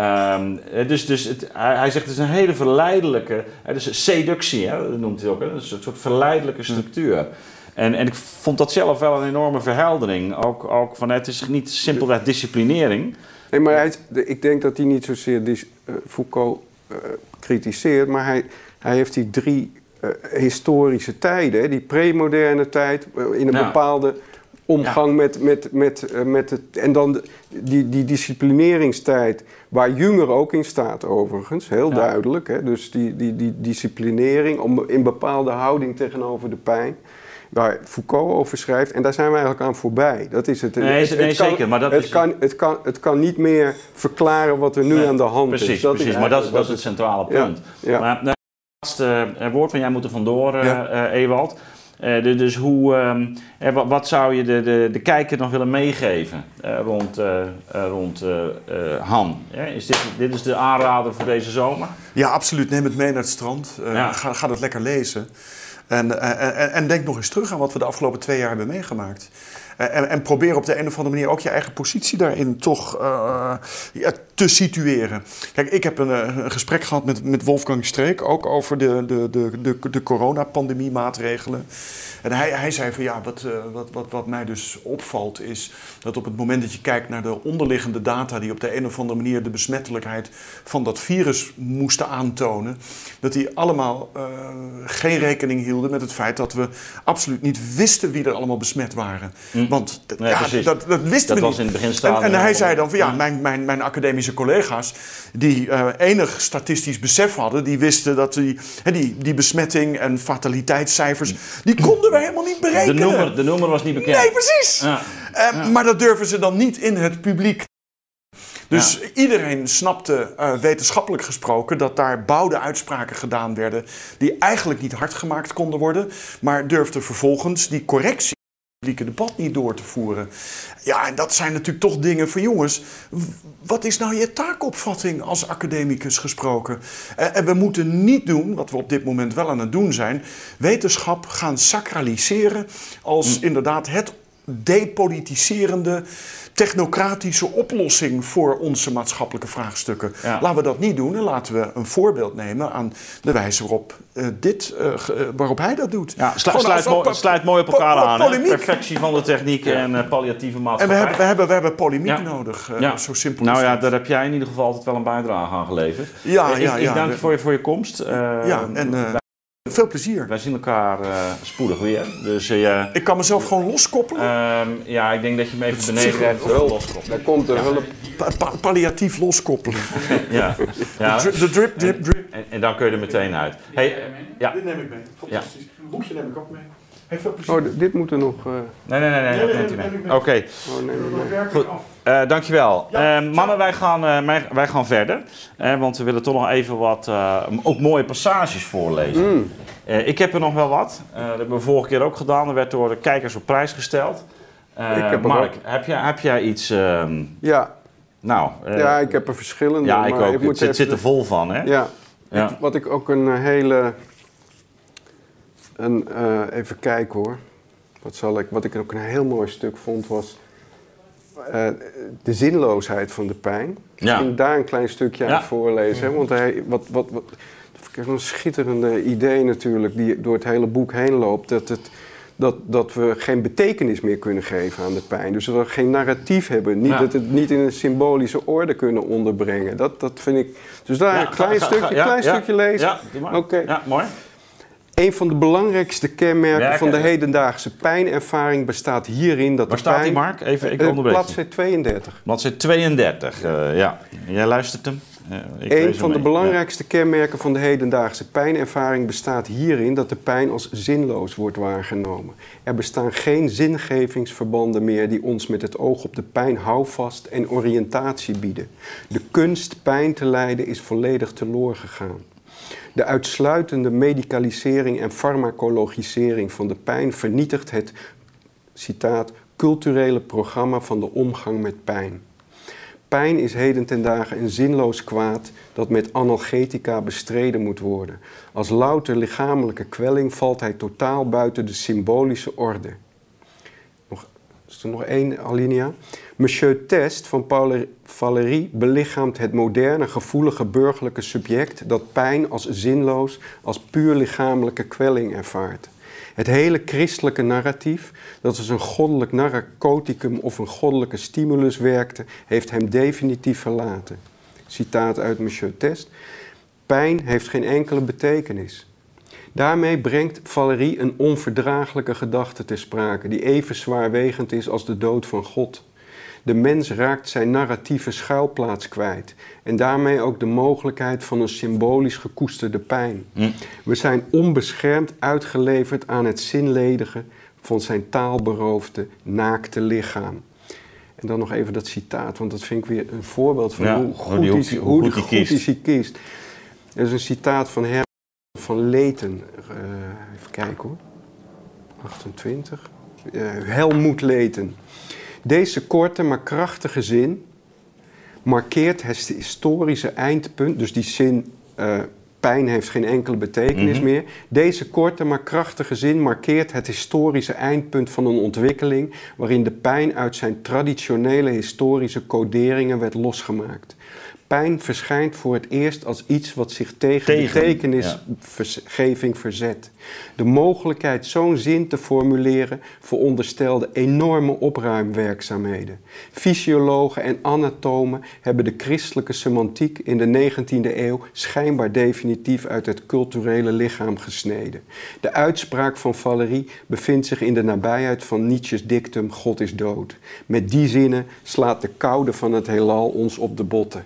um, dus dus het, hij, hij zegt het is een hele verleidelijke, he, dus seductie, he, dat noemt hij ook, he, een soort verleidelijke structuur. Mm. En, en ik vond dat zelf wel een enorme verheldering. Ook, ook van, het is niet simpelweg disciplinering. Nee, maar hij, ik denk dat hij niet zozeer die, uh, Foucault uh, kritiseert, maar hij... Hij heeft die drie uh, historische tijden, die premoderne tijd, uh, in een ja. bepaalde omgang ja. met, met, met, uh, met het... En dan de, die, die disciplineringstijd, waar Jünger ook in staat overigens, heel ja. duidelijk. Hè? Dus die, die, die disciplinering om, in bepaalde houding tegenover de pijn, waar Foucault over schrijft. En daar zijn we eigenlijk aan voorbij. Dat is het. Nee, het, nee het kan, zeker. Maar dat het, is... kan, het, kan, het kan niet meer verklaren wat er nu nee, aan de hand precies, is. Dat precies, is maar dat, dat is het centrale punt. Ja, ja. Maar, het laatste uh, woord van jij moet er vandoor, uh, ja. uh, Ewald. Uh, de, dus hoe, um, uh, wat, wat zou je de, de, de kijker nog willen meegeven uh, rond, uh, uh, rond uh, uh, Han? Ja, is dit, dit is de aanrader voor deze zomer? Ja, absoluut. Neem het mee naar het strand. Uh, ja. ga, ga het lekker lezen. En, en, en denk nog eens terug aan wat we de afgelopen twee jaar hebben meegemaakt. En, en probeer op de een of andere manier ook je eigen positie daarin toch uh, ja, te situeren. Kijk, ik heb een, een gesprek gehad met, met Wolfgang Streeck, ook over de, de, de, de, de coronapandemie-maatregelen. En hij, hij zei van ja, wat, uh, wat, wat, wat mij dus opvalt is dat op het moment dat je kijkt naar de onderliggende data die op de een of andere manier de besmettelijkheid van dat virus moesten aantonen, dat die allemaal uh, geen rekening hielden met het feit dat we absoluut niet wisten wie er allemaal besmet waren. Hm. Want d- nee, ja, dat, dat wisten dat we was niet. In het begin en, en hij zei dan van ja, mijn, mijn, mijn academische collega's die uh, enig statistisch besef hadden, die wisten dat die, he, die, die besmetting en fataliteitscijfers, die konden we helemaal niet berekenen. De noemer, de noemer was niet bekend. Nee, precies. Ja. Uh, ja. Maar dat durven ze dan niet in het publiek Dus ja. iedereen snapte, uh, wetenschappelijk gesproken, dat daar bouwde uitspraken gedaan werden die eigenlijk niet hard gemaakt konden worden, maar durfden vervolgens die correctie in het publieke debat niet door te voeren. Ja, en dat zijn natuurlijk toch dingen van jongens, wat is nou je taakopvatting als academicus gesproken? Uh, en we moeten niet doen, wat we op dit moment wel aan het doen zijn, wetenschap gaan sacraliseren als mm. inderdaad het depolitiserende, technocratische oplossing voor onze maatschappelijke vraagstukken. Ja. Laten we dat niet doen en laten we een voorbeeld nemen aan de wijze waarop, uh, dit, uh, waarop hij dat doet. Ja, slu- sluit, mo- pa- sluit mooi op elkaar pa- pa- aan. Hè? Perfectie van de techniek ja. en uh, palliatieve maatschappij. En we hebben, we hebben, we hebben polemiek ja. nodig, uh, ja. zo simpel nou is ja, het. daar heb jij in ieder geval altijd wel een bijdrage aan geleverd. Ja, ik, ja, ik ja, dank we, je voor je, voor je komst. Uh, ja, en... Uh, Veel plezier. Wij zien elkaar uh, spoedig weer. Dus, uh, ik kan mezelf gewoon loskoppelen? Uh, ja, ik denk dat je me even beneden krijgt. Loskoppelen. Daar komt de hulp. Pa- pa- palliatief loskoppelen. ja. ja. De drip, drip, drip, drip. En, en dan kun je er meteen uit. Hey, ja. Dit neem ik mee. Fantastisch. Ja. Een boekje neem ik ook mee. Hey, veel plezier. Oh, d- dit moet er nog... Uh... Nee, nee, nee. nee, nee, nee, nee, nee, nee. Oké. Okay. Oh, nee, nee, nee. Goed. Uh, dankjewel. Ja, uh, mannen, wij gaan, uh, wij, wij gaan verder. Uh, want we willen toch nog even wat, uh, ook mooie passages voorlezen. Mm. Uh, ik heb er nog wel wat. Uh, dat hebben we vorige keer ook gedaan. Er werd door de kijkers op prijs gesteld. Uh, ik heb Mark, heb jij, heb jij iets... Uh, ja. Nou, uh, ja, ik heb er verschillende. Ja, ik maar ook. Ik moet het zit, zit er vol van, hè? Ja. ja. Ik, wat ik ook een hele... Een, uh, even kijken hoor. Wat, zal ik, wat ik ook een heel mooi stuk vond was... Uh, de zinloosheid van de pijn. Ja. Ik ging daar een klein stukje ja. aan voorlezen. Hè? Want hij, wat, wat, wat, ik heb een schitterende idee natuurlijk... die door het hele boek heen loopt... dat, het, dat, dat we geen betekenis meer kunnen geven aan de pijn. Dus dat we geen narratief hebben. Niet, ja. Dat het niet in een symbolische orde kunnen onderbrengen. Dat, dat vind ik... Dus daar ja, een klein, ga, ga, stukje, ja, klein ja, stukje lezen. Ja, Oké. Okay. Ja, mooi. Een van de belangrijkste kenmerken Werken. van de hedendaagse pijnervaring bestaat hierin dat Waar de staat pijn... die, Mark? Even, ik uh, onderbreek je. Bladzijde tweeëndertig. Bladzijde tweeëndertig, uh, ja. Jij luistert hem. Uh, Een van de belangrijkste ja. kenmerken van de hedendaagse pijnervaring bestaat hierin dat de pijn als zinloos wordt waargenomen. Er bestaan geen zingevingsverbanden meer die ons met het oog op de pijn houvast en oriëntatie bieden. De kunst pijn te lijden is volledig teloor gegaan. De uitsluitende medicalisering en farmacologisering van de pijn vernietigt het, citaat, culturele programma van de omgang met pijn. Pijn is heden ten dagen een zinloos kwaad dat met analgetica bestreden moet worden. Als louter lichamelijke kwelling valt hij totaal buiten de symbolische orde. Nog, is er nog één alinea? Monsieur Test van Paul Valéry belichaamt het moderne, gevoelige burgerlijke subject dat pijn als zinloos, als puur lichamelijke kwelling ervaart. Het hele christelijke narratief, dat als een goddelijk narcoticum of een goddelijke stimulus werkte, heeft hem definitief verlaten. Citaat uit Monsieur Test. Pijn heeft geen enkele betekenis. Daarmee brengt Valéry een onverdraaglijke gedachte ter sprake, die even zwaarwegend is als de dood van God. De mens raakt zijn narratieve schuilplaats kwijt en daarmee ook de mogelijkheid van een symbolisch gekoesterde pijn. Mm. We zijn onbeschermd uitgeleverd aan het zinledige van zijn taalberoofde, naakte lichaam. En dan nog even dat citaat, want dat vind ik weer een voorbeeld van ja, hoe goed hij kiest. Hoe goed hij kiest. kiest. Dat is een citaat van Herman van Leeten. Uh, even kijken hoor. achtentwintig. Uh, Helmoet Leeten. Deze korte maar krachtige zin markeert het historische eindpunt, dus die zin uh, pijn heeft geen enkele betekenis mm-hmm. meer. Deze korte maar krachtige zin markeert het historische eindpunt van een ontwikkeling waarin de pijn uit zijn traditionele historische coderingen werd losgemaakt. Pijn verschijnt voor het eerst als iets wat zich tegen, tegen betekenisgeving ja. verzet. De mogelijkheid zo'n zin te formuleren veronderstelde enorme opruimwerkzaamheden. Fysiologen en anatomen hebben de christelijke semantiek in de negentiende eeuw schijnbaar definitief uit het culturele lichaam gesneden. De uitspraak van Valéry bevindt zich in de nabijheid van Nietzsche's dictum God is dood. Met die zinnen slaat de koude van het heelal ons op de botten.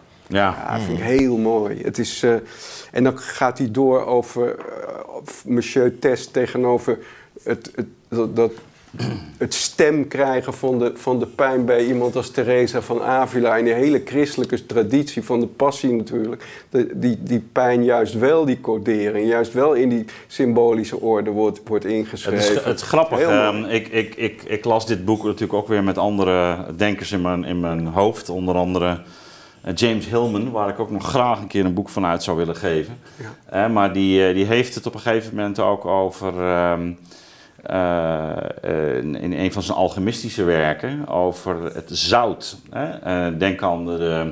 Ja, ja, dat vind ik heel mooi. Het is, uh, en dan gaat hij door over uh, Monsieur Test tegenover het, het, dat, dat het stem krijgen van de, van de pijn bij iemand als Teresa van Avila en die hele christelijke traditie van de passie natuurlijk, de, die, die pijn juist wel die codering, juist wel in die symbolische orde wordt, wordt ingeschreven. Het is, het is grappig, um, ik, ik, ik, ik las dit boek natuurlijk ook weer met andere denkers in mijn, in mijn hoofd, onder andere James Hillman, waar ik ook nog graag een keer een boek van uit zou willen geven. Ja. Uh, maar die, die heeft het op een gegeven moment ook over, um, uh, uh, in een van zijn alchemistische werken, over het zout. Uh, denk aan de, de,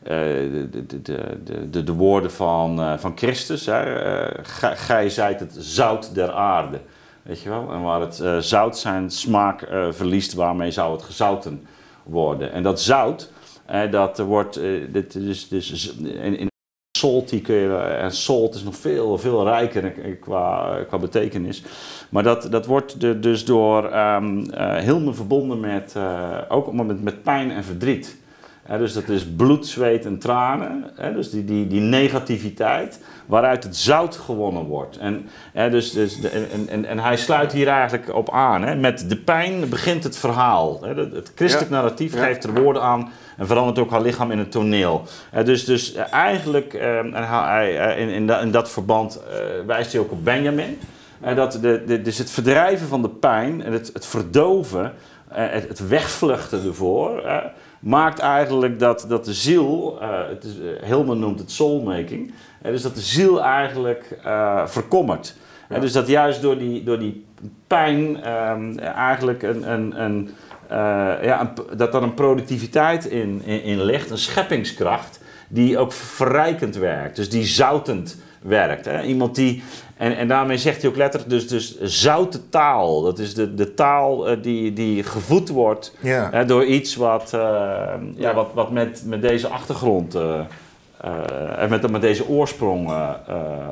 de, de, de, de, de woorden van, uh, van Christus. Hè. Uh, gij zijt het zout der aarde. Weet je wel? En waar het uh, zout zijn smaak uh, verliest, waarmee zou het gezouten worden. En dat zout, uh, dat wordt, uh, dit, dus, dus in, in salty kun je, en salt is nog veel, veel rijker qua, qua betekenis. Maar dat, dat wordt de, dus door um, uh, Hillman verbonden met, uh, ook met, met pijn en verdriet. Uh, dus dat is bloed, zweet en tranen. Uh, dus die, die, die negativiteit waaruit het zout gewonnen wordt. En, uh, dus, dus de, en, en, en hij sluit hier eigenlijk op aan. Hè. Met de pijn begint het verhaal. Hè. Het, het christelijk ja. narratief ja. geeft er woorden aan en verandert ook haar lichaam in een toneel. Uh, dus, dus uh, eigenlijk, uh, en hij, uh, in, in, da, in dat verband uh, wijst hij ook op Benjamin. Uh, dat de, de, dus het verdrijven van de pijn en het, het verdoven, uh, het, het wegvluchten ervoor, uh, maakt eigenlijk dat, dat de ziel, uh, het is, uh, Hillman noemt het soulmaking, uh, dus dat de ziel eigenlijk uh, verkommert. Ja. Uh, dus dat juist door die, door die pijn um, eigenlijk een, een, een, uh, ja, een, dat er een productiviteit in, in, in ligt, een scheppingskracht die ook verrijkend werkt, dus die zoutend werkt. Hè? Iemand die, en, en daarmee zegt hij ook letterlijk, dus, dus zoute taal, dat is de, de taal uh, die, die gevoed wordt ja. uh, door iets wat, uh, ja. Ja, wat, wat met, met deze achtergrond uh, uh, en met, met deze oorsprong uh, uh,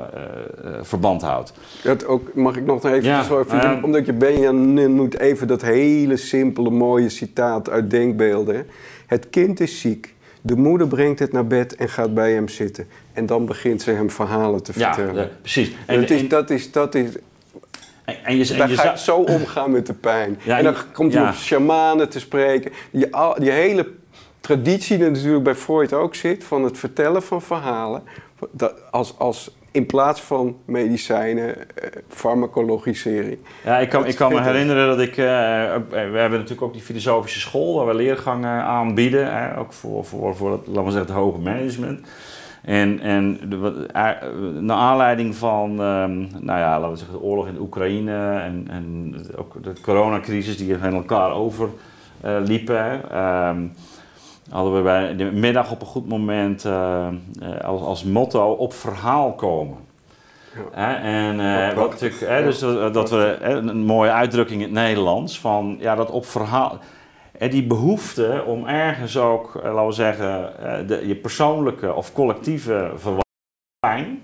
uh, verband houdt. Dat ook, mag ik nog even, ja. zo even uh, omdat je Benjamin moet even dat hele simpele mooie citaat uit Denkbeelden. Het kind is ziek. De moeder brengt het naar bed en gaat bij hem zitten. En dan begint ze hem verhalen te vertellen. Ja, precies. En, dat, is, en, dat is... Dat is en, en je, en daar je ga je zo omgaan met de pijn. Ja, en dan komt hij ja. op shamanen te spreken. Die, die hele traditie die natuurlijk bij Freud ook zit, van het vertellen van verhalen. Dat als, als in plaats van medicijnen, eh, farmacologisering. Ja, ik kan, ik kan me herinneren dat ik... Uh, we hebben natuurlijk ook die filosofische school, waar we leergangen aanbieden. Hè, ook voor, voor, voor het, laten we zeggen, het hoger management. En, en de, naar aanleiding van, um, nou ja, laten we zeggen, de oorlog in Oekraïne en, en ook de coronacrisis die in elkaar overliepen, uh, um, hadden we bij de middag op een goed moment uh, uh, als, als motto op verhaal komen. Ja. Uh, en uh, wat natuurlijk, uh, dus uh, dat we uh, een mooie uitdrukking in het Nederlands van ja, dat op verhaal. En die behoefte om ergens ook, uh, laten we zeggen, uh, de, je persoonlijke of collectieve verwachting,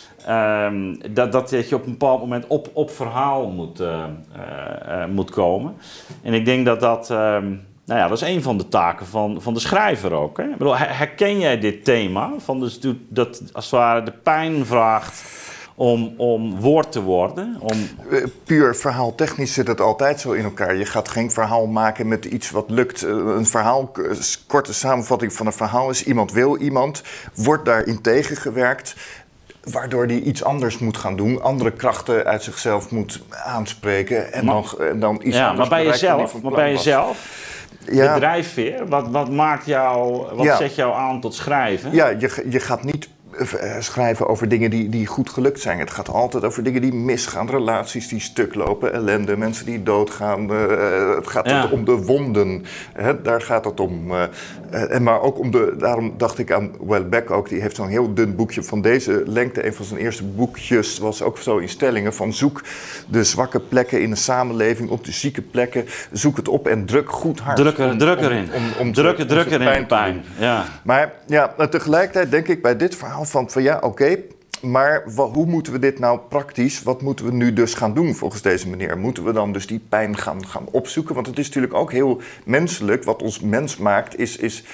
um, dat, dat je op een bepaald moment op, op verhaal moet, uh, uh, uh, moet komen. En ik denk dat dat, um, nou ja, dat is een van de taken van, van de schrijver ook. Hè? Ik bedoel, herken jij dit thema? Van dus dat als het ware de pijn vraagt om, om woord te worden? Om... Puur verhaaltechnisch zit het altijd zo in elkaar. Je gaat geen verhaal maken met iets wat lukt. Een verhaal, een korte samenvatting van een verhaal is: iemand wil iemand, wordt daarin tegengewerkt, waardoor hij iets anders moet gaan doen, andere krachten uit zichzelf moet aanspreken en maar, dan, en dan iets ja, anders maar bij jezelf, maar bij jezelf. Ja. De drijfveer, wat, wat maakt jou, wat ja. zet jou aan tot schrijven? Ja, je, je gaat niet schrijven over dingen die, die goed gelukt zijn. Het gaat altijd over dingen die misgaan, relaties die stuk lopen, ellende, mensen die doodgaan. Uh, het gaat ja. om de wonden. Hè, daar gaat het om. Uh, uh, maar ook om de, daarom dacht ik aan Welbeck ook. Die heeft zo'n heel dun boekje van deze lengte. Een van zijn eerste boekjes was ook zo in stellingen van zoek de zwakke plekken in de samenleving op de zieke plekken. Zoek het op en druk goed hard. Druk, er, druk erin. Om, om, om druk, te, druk erin pijn. pijn. Ja. Maar ja, tegelijkertijd denk ik bij dit verhaal van, van ja, oké, okay, maar wat, hoe moeten we dit nou praktisch, wat moeten we nu dus gaan doen volgens deze meneer? Moeten we dan dus die pijn gaan, gaan opzoeken? Want het is natuurlijk ook heel menselijk, wat ons mens maakt, is, is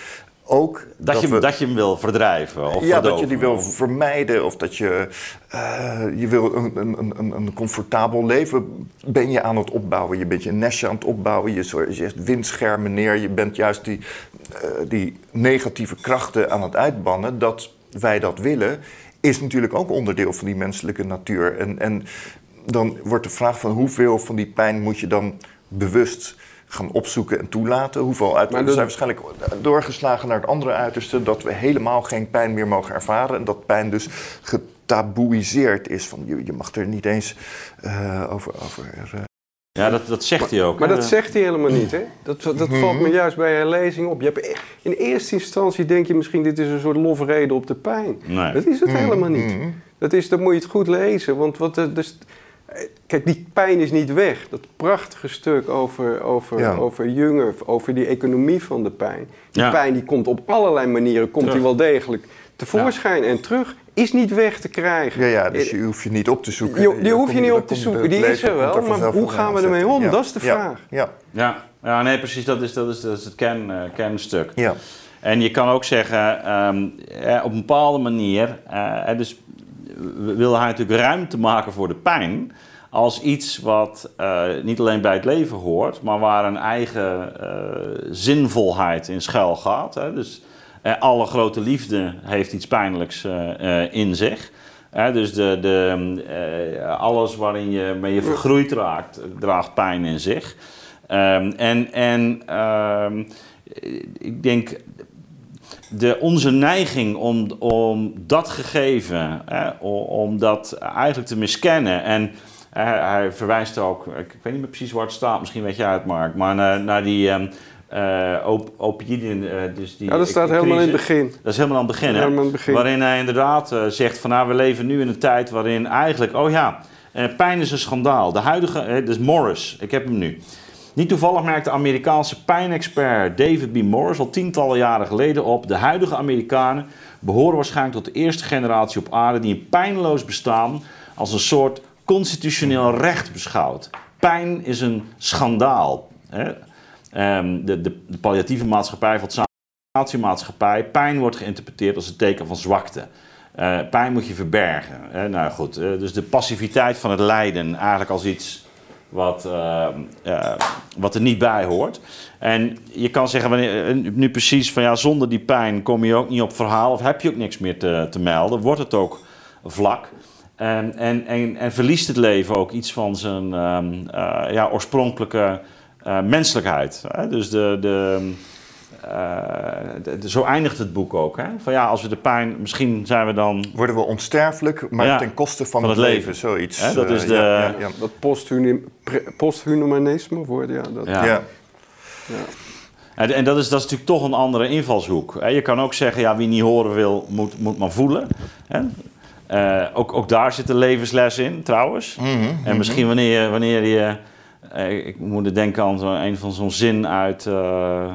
ook dat, dat, je, we, dat je hem wil verdrijven of ja, verdoven. dat je die wil vermijden of dat je, uh, je wil een, een, een, een comfortabel leven ben je aan het opbouwen. Je bent je nestje aan het opbouwen, je zet windschermen neer, je bent juist die, uh, die negatieve krachten aan het uitbannen. Dat wij dat willen, is natuurlijk ook onderdeel van die menselijke natuur. En, en dan wordt de vraag van hoeveel van die pijn moet je dan bewust gaan opzoeken en toelaten. Hoeveel uit... We zijn waarschijnlijk doorgeslagen naar het andere uiterste, dat we helemaal geen pijn meer mogen ervaren. En dat pijn dus getaboeiseerd is. Van, je, je mag er niet eens uh, over... over uh... Ja, dat, dat zegt hij ook. Maar hè? dat zegt hij helemaal niet, hè? Dat, dat hmm. valt me juist bij herlezing op. Je hebt, in eerste instantie denk je misschien, dit is een soort lofrede op de pijn. Nee. Dat is het hmm. helemaal niet. Hmm. Dat is, dan moet je het goed lezen, want wat... Dus, kijk, die pijn is niet weg. Dat prachtige stuk over, over, ja. over Jünger, over die economie van de pijn. Die ja. pijn die komt op allerlei manieren, komt die wel degelijk tevoorschijn. Ja. En terug is niet weg te krijgen. Ja, ja, dus je hoeft je niet op te zoeken. Je, die hoef je niet op te zoeken, die is er wel. Maar hoe gaan we ermee om? Ja. Dat is de vraag. Ja, ja. ja nee, precies, dat is, dat is, dat is het kern, uh, kernstuk. Ja. En je kan ook zeggen, um, eh, op een bepaalde manier... Uh, dus wil hij natuurlijk ruimte maken voor de pijn... als iets wat uh, niet alleen bij het leven hoort, maar waar een eigen uh, zinvolheid in schuil gaat. Hè? Dus uh, alle grote liefde heeft iets pijnlijks uh, uh, in zich. Uh, dus de, de, uh, alles waarin je mee je vergroeid raakt, draagt pijn in zich. Um, en en uh, ik denk... De, onze neiging om, om dat gegeven, hè, om dat eigenlijk te miskennen... en hij, hij verwijst ook, ik weet niet meer precies waar het staat, misschien weet jij het Mark, maar naar, naar die um, uh, op, opioïden. Uh, dus die, ja, dat staat crisis, helemaal in het begin. Dat is helemaal aan het begin, hè? Helemaal in het begin. Waarin hij inderdaad uh, zegt van nou, we leven nu in een tijd waarin eigenlijk, oh ja, uh, pijn is een schandaal. De huidige, uh, dus Morris, ik heb hem nu. Niet toevallig merkte de Amerikaanse pijnexpert David B. Morris al tientallen jaren geleden op... de huidige Amerikanen behoren waarschijnlijk tot de eerste generatie op aarde... die een pijnloos bestaan als een soort constitutioneel recht beschouwt. Pijn is een schandaal. Hè? Um, de, de, de palliatieve maatschappij, of de saniatiemaatschappij... pijn wordt geïnterpreteerd als een teken van zwakte. Uh, pijn moet je verbergen. Hè? Nou goed, uh, dus de passiviteit van het lijden eigenlijk als iets... Wat, uh, uh, wat er niet bij hoort. En je kan zeggen, wanneer, nu precies van ja, zonder die pijn kom je ook niet op verhaal... of heb je ook niks meer te, te melden, wordt het ook vlak. En, en, en, en verliest het leven ook iets van zijn um, uh, ja, oorspronkelijke uh, menselijkheid. Hè? Dus de... de Uh, de, de, zo eindigt het boek ook. Hè? Van ja, als we de pijn, misschien zijn we dan... Worden we onsterfelijk, maar ja, ten koste van, van het, het leven, leven. Zoiets. Hè, dat is de... Ja, ja, ja. Dat posthumanisme wordt, ja. Dat, ja. ja. ja. En, en dat, is, dat is natuurlijk toch een andere invalshoek. Hè? Je kan ook zeggen, ja, wie niet horen wil, moet, moet maar voelen. Hè? Uh, ook, ook daar zit een levensles in, trouwens. Mm-hmm, en misschien wanneer je... Wanneer je uh, ik moet er denken aan zo, een van zo'n zin uit... Uh,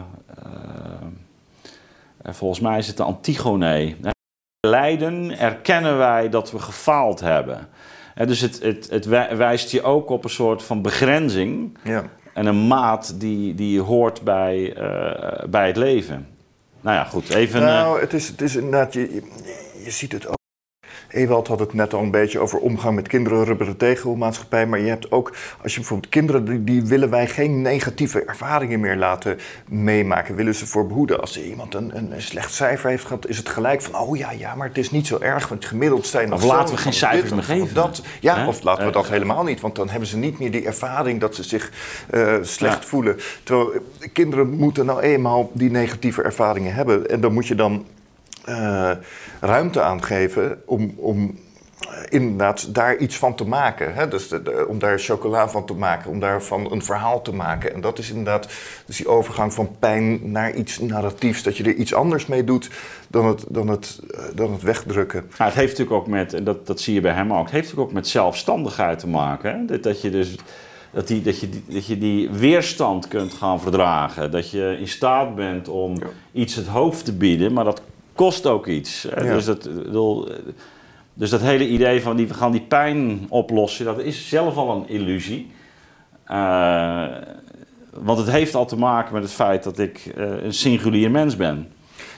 Uh, volgens mij is het de Antigone. Lijden erkennen wij dat we gefaald hebben. Uh, dus het, het, het wijst je ook op een soort van begrenzing. Ja. En een maat die, die hoort bij, uh, bij het leven. Nou ja, goed. Even, nou, het is, het is inderdaad... Je, je, je ziet het ook. Ewald had het net al een beetje over omgang met kinderen, rubberen tegelmaatschappij. Maar je hebt ook, als je bijvoorbeeld kinderen, die, die willen wij geen negatieve ervaringen meer laten meemaken. Willen ze voor behoeden. Als iemand een, een slecht cijfer heeft gehad, is het gelijk van, oh ja, ja, maar het is niet zo erg, want gemiddeld zijn nog Of laten we geen cijfers meer geven. Dat, ja, He? of laten we dat uh, helemaal niet, want dan hebben ze niet meer die ervaring dat ze zich uh, slecht ja. voelen. Terwijl kinderen moeten nou eenmaal die negatieve ervaringen hebben. En dan moet je dan Uh, ruimte aangeven om, om inderdaad daar iets van te maken. Hè? Dus de, de, om daar chocola van te maken, om daarvan een verhaal te maken. En dat is inderdaad dus die overgang van pijn naar iets narratiefs. Dat je er iets anders mee doet dan het, dan het, uh, dan het wegdrukken. Nou, het heeft natuurlijk ook met, en dat, dat zie je bij hem ook, het heeft natuurlijk ook met zelfstandigheid te maken. Hè? Dat, dat je dus... Dat, die, dat, je, dat je die weerstand kunt gaan verdragen. Dat je in staat bent om ja. iets het hoofd te bieden, maar dat kost ook iets. Ja. Dus, dat, dus dat hele idee van die, we gaan die pijn oplossen, dat is zelf al een illusie. Uh, want het heeft al te maken met het feit dat ik uh, een singulier mens ben.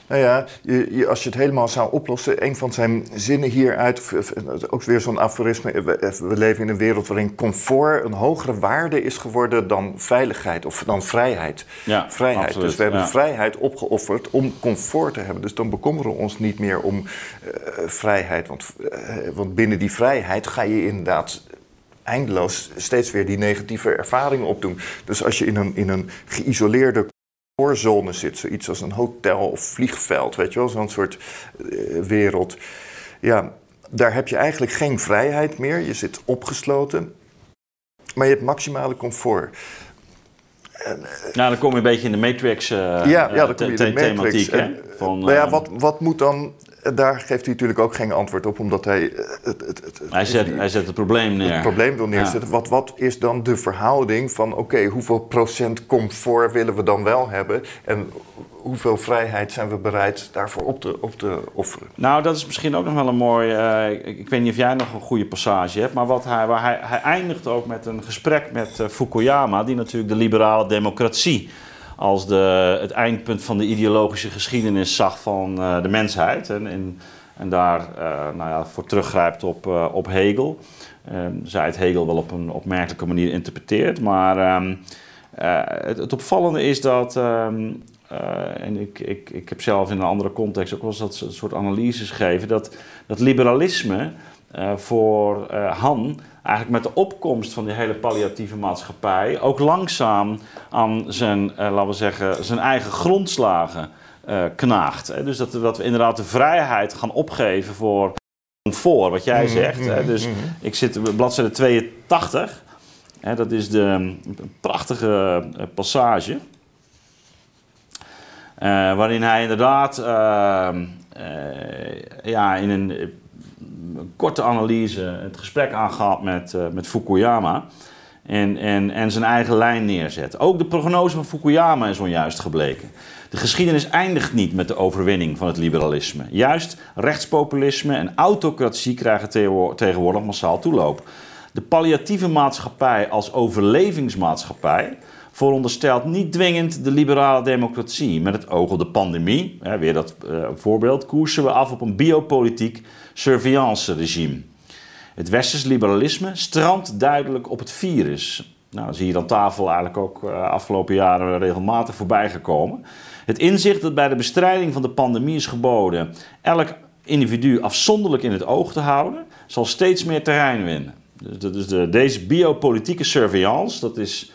Nou ja, je, je, als je het helemaal zou oplossen, een van zijn zinnen hieruit, ook weer zo'n aforisme, we, we leven in een wereld waarin comfort een hogere waarde is geworden dan veiligheid of dan vrijheid. Ja, vrijheid. absoluut, dus we hebben ja. vrijheid opgeofferd om comfort te hebben. Dus dan bekommeren we ons niet meer om uh, vrijheid. Want, uh, want binnen die vrijheid ga je inderdaad eindeloos steeds weer die negatieve ervaringen opdoen. Dus als je in een, in een geïsoleerde comfortzone zit, zoiets als een hotel of vliegveld, weet je wel, zo'n soort uh, wereld. Ja, daar heb je eigenlijk geen vrijheid meer. Je zit opgesloten, maar je hebt maximale comfort. En, uh, nou, dan kom je een beetje in de Matrix uh, ja, ja, dan kom je in de Matrix. thematiek. En, van, nou ja, wat, wat moet dan... Daar geeft hij natuurlijk ook geen antwoord op, omdat hij... Uh, het, het, het, hij, zet, hij zet het probleem neer. Het probleem wil neerzetten. Ja. Wat, wat is dan de verhouding van... oké, okay, hoeveel procent comfort willen we dan wel hebben... en hoeveel vrijheid zijn we bereid daarvoor op te, op te offeren? Nou, dat is misschien ook nog wel een mooi... Uh, ik, ik weet niet of jij nog een goede passage hebt... maar wat hij, waar hij, hij eindigt ook met een gesprek met uh, Fukuyama... die natuurlijk de liberale democratie... als de, het eindpunt van de ideologische geschiedenis zag van uh, de mensheid. En, en, en daar uh, nou ja, voor teruggrijpt op, uh, op Hegel. Uh, zij het Hegel wel op een opmerkelijke manier interpreteert. Maar um, uh, het, het opvallende is dat... Um, uh, en ik, ik, ik heb zelf in een andere context ook wel eens dat soort analyses gegeven... dat, dat liberalisme uh, voor uh, Han... eigenlijk met de opkomst van die hele palliatieve maatschappij... ook langzaam aan zijn, uh, laten we zeggen, zijn eigen grondslagen uh, knaagt. Hè? Dus dat, dat we inderdaad de vrijheid gaan opgeven voor comfort, wat jij zegt. Hè? Dus ik zit op bladzijde tweeëntachtig. Hè? Dat is de een prachtige uh, passage. Uh, waarin hij inderdaad uh, uh, ja, in een... een korte analyse, het gesprek aangaat met, uh, met Fukuyama en, en, en zijn eigen lijn neerzet. Ook de prognose van Fukuyama is onjuist gebleken. De geschiedenis eindigt niet met de overwinning van het liberalisme. Juist rechtspopulisme en autocratie krijgen tegenwoordig massaal toeloop. De palliatieve maatschappij als overlevingsmaatschappij veronderstelt niet dwingend de liberale democratie. Met het oog op de pandemie, hè, weer dat uh, voorbeeld, koersen we af op een biopolitiek surveillance-regime. Het westers liberalisme strandt duidelijk op het virus. Nou, dat zie je aan tafel eigenlijk ook uh, afgelopen jaren regelmatig voorbij gekomen. Het inzicht dat bij de bestrijding van de pandemie is geboden elk individu afzonderlijk in het oog te houden, zal steeds meer terrein winnen. Dus, dat is de, deze biopolitieke surveillance, dat is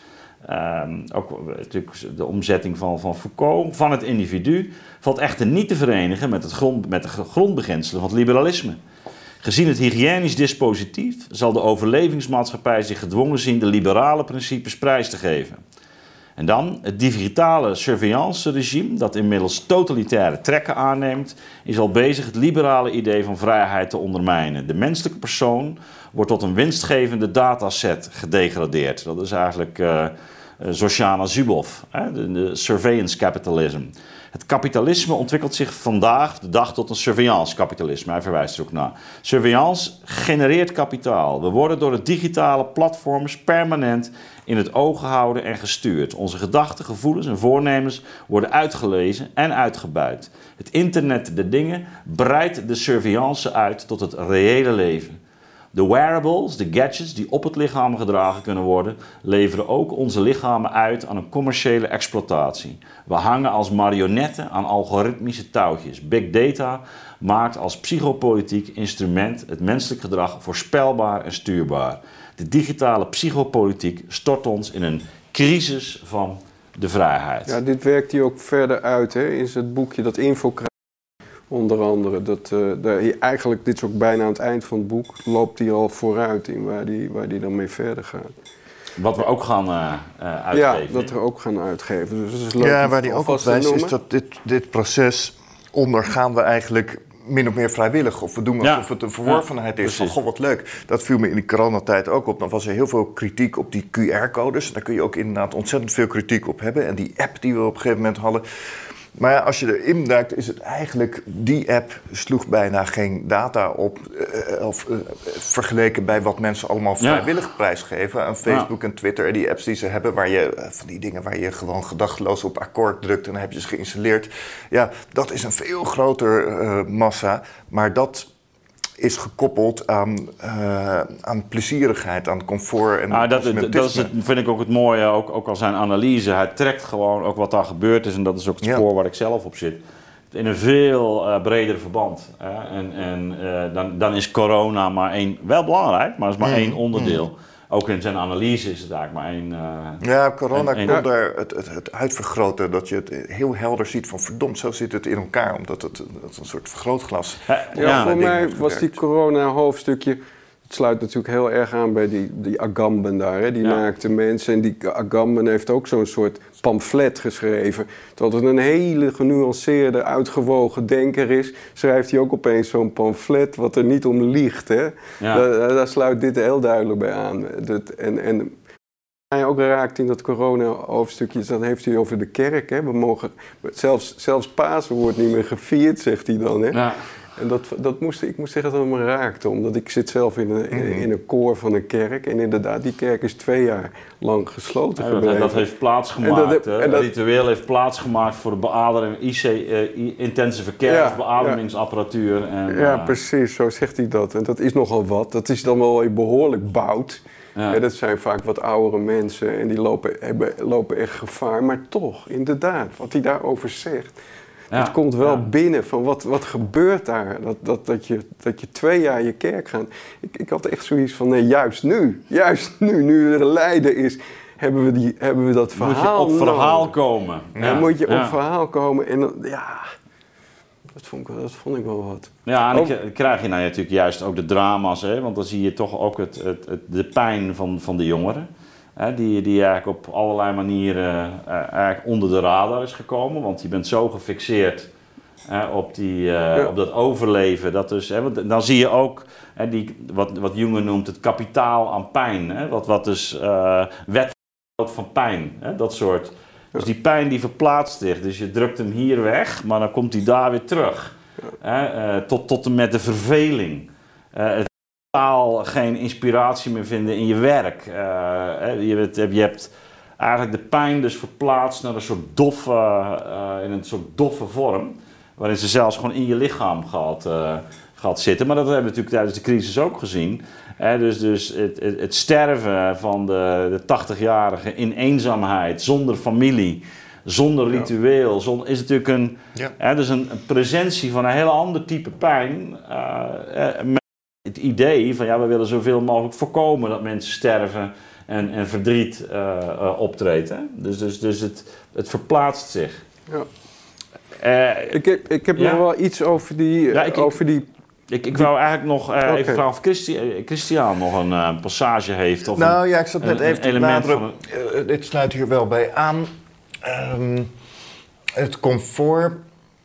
um, ook natuurlijk de omzetting van, van Foucault, van het individu, valt echter niet te verenigen met, het grond, met de grondbeginselen van het liberalisme. Gezien het hygiënisch dispositief zal de overlevingsmaatschappij zich gedwongen zien de liberale principes prijs te geven. En dan het digitale surveillance-regime, dat inmiddels totalitaire trekken aanneemt, is al bezig het liberale idee van vrijheid te ondermijnen. De menselijke persoon wordt tot een winstgevende dataset gedegradeerd. Dat is eigenlijk uh, Zsuzsanna Zuboff, hè? De, de surveillance capitalism. Het kapitalisme ontwikkelt zich vandaag de dag tot een surveillance-kapitalisme. Hij verwijst er ook naar. Surveillance genereert kapitaal. We worden door de digitale platforms permanent in het oog gehouden en gestuurd. Onze gedachten, gevoelens en voornemens worden uitgelezen en uitgebuit. Het internet der dingen breidt de surveillance uit tot het reële leven. De wearables, de gadgets die op het lichaam gedragen kunnen worden, leveren ook onze lichamen uit aan een commerciële exploitatie. We hangen als marionetten aan algoritmische touwtjes. Big data maakt als psychopolitiek instrument het menselijk gedrag voorspelbaar en stuurbaar. De digitale psychopolitiek stort ons in een crisis van de vrijheid. Ja, dit werkt hij ook verder uit, hè, in zijn boekje, dat Infocratie. Onder andere, dat, uh, de, eigenlijk, dit is ook bijna aan het eind van het boek, loopt hij al vooruit in waar hij waar die dan mee verder gaat. Wat we ook gaan uh, uh, uitgeven. Ja, dat we ook gaan uitgeven. Dus dat is leuk. Ja, waar hij ook op wijst is dat dit, dit proces ondergaan we eigenlijk min of meer vrijwillig. Of we doen alsof ja. het een verworvenheid ja, is. Van, goh, wat leuk. Dat viel me in de coronatijd ook op. Dan was er heel veel kritiek op die Q R-codes. Daar kun je ook inderdaad ontzettend veel kritiek op hebben. En die app die we op een gegeven moment hadden. Maar ja, als je erin duikt, is het eigenlijk... Die app sloeg bijna geen data op. Uh, of uh, vergeleken bij wat mensen allemaal vrijwillig ja. prijsgeven. Aan Facebook ja. en Twitter en die apps die ze hebben. Waar je, uh, van die dingen waar je gewoon gedachteloos op akkoord drukt. En dan heb je ze geïnstalleerd. Ja, dat is een veel groter uh, massa. Maar dat... is gekoppeld aan, uh, aan plezierigheid, aan comfort en ah, dat, dat is het, vind ik ook het mooie, ook, ook al zijn analyse. Hij trekt gewoon ook wat daar gebeurd is en dat is ook het spoor ja. waar ik zelf op zit. In een veel uh, breder verband. Hè? En, en uh, dan, dan is corona maar één, wel belangrijk, maar het is maar mm. één onderdeel. Mm. Ook in zijn analyse is het eigenlijk maar één... Uh, ja, corona een, kon daar het, het, het uitvergroten, dat je het heel helder ziet van verdomd, zo zit het in elkaar, omdat het, het een soort vergrootglas... Ja, ja, ja voor mij was die corona-hoofdstukje, het sluit natuurlijk heel erg aan bij die, die Agamben daar, hè, die ja. naakte mensen. En die Agamben heeft ook zo'n soort pamflet geschreven. Terwijl het een hele genuanceerde, uitgewogen denker is, schrijft hij ook opeens zo'n pamflet wat er niet om liegt. Hè? Ja. Daar, daar sluit dit heel duidelijk bij aan. Dat, en, en hij ook raakt in dat corona-hoofdstukje, dat heeft hij over de kerk. Hè? We mogen, zelfs, zelfs Pasen wordt niet meer gevierd, zegt hij dan. Hè? Ja. En dat, dat moest, ik moest zeggen dat het me raakte, omdat ik zit zelf in een, in, in een koor van een kerk. En inderdaad, die kerk is twee jaar lang gesloten ja, gebleven. Dat, dat heeft plaatsgemaakt. Het ritueel heeft plaatsgemaakt voor de beademing, I C, uh, intensive care, ja, beademingsapparatuur. Ja, en, ja uh, precies, zo zegt hij dat. En dat is nogal wat. Dat is dan wel behoorlijk bout. Ja. Ja, dat zijn vaak wat oudere mensen en die lopen, hebben, lopen echt gevaar. Maar toch, inderdaad, wat hij daarover zegt... Ja, het komt wel ja. binnen van wat, wat gebeurt daar, dat, dat, dat, je, dat je twee jaar je kerk gaat. Ik, ik had echt zoiets van, nee, juist nu, juist nu, nu er lijden is, hebben we, die, hebben we dat verhaal Moet je op verhaal nodig. komen. Ja. Dan moet je ja. op verhaal komen en dan, ja, dat vond ik, dat vond ik wel wat. Ja, en dan krijg je nou natuurlijk juist ook de drama's, hè, want dan zie je toch ook het, het, het, de pijn van, van de jongeren. Hè, die, die eigenlijk op allerlei manieren uh, eigenlijk onder de radar is gekomen. Want je bent zo gefixeerd uh, op, die, uh, ja. op dat overleven. Dat dus, hè, want dan zie je ook hè, die, wat, wat Jung noemt het kapitaal aan pijn. Hè, wat, wat dus uh, wet van pijn, hè, dat soort. Ja. Dus die pijn die verplaatst zich. Dus je drukt hem hier weg, maar dan komt hij daar weer terug. Ja. Hè, uh, tot, tot en met de verveling. Uh, het totaal geen inspiratie meer vinden in je werk. Uh, je, hebt, je hebt eigenlijk de pijn dus verplaatst naar een soort doffe, uh, in een soort doffe vorm, waarin ze zelfs gewoon in je lichaam gaat, uh, gaat zitten. Maar dat hebben we natuurlijk tijdens de crisis ook gezien. Uh, dus dus het, het, het sterven van de, de tachtigjarigen in eenzaamheid, zonder familie, zonder ritueel, zonder, is natuurlijk een, ja. uh, dus een, een presentie van een hele ander type pijn. Uh, uh, Het idee van ja, we willen zoveel mogelijk voorkomen dat mensen sterven en, en verdriet uh, uh, optreedt. Hè? Dus, dus, dus het, het verplaatst zich. Ja. Uh, ik heb, ik heb ja? nog wel iets over die... Uh, ja, ik, over die ik, ik wou eigenlijk nog uh, okay. even vragen of Christi, Christian nog een uh, passage heeft. Of nou een, ja, ik zat net een, even een element van een... uh, dit sluit hier wel bij aan. Um, het comfort...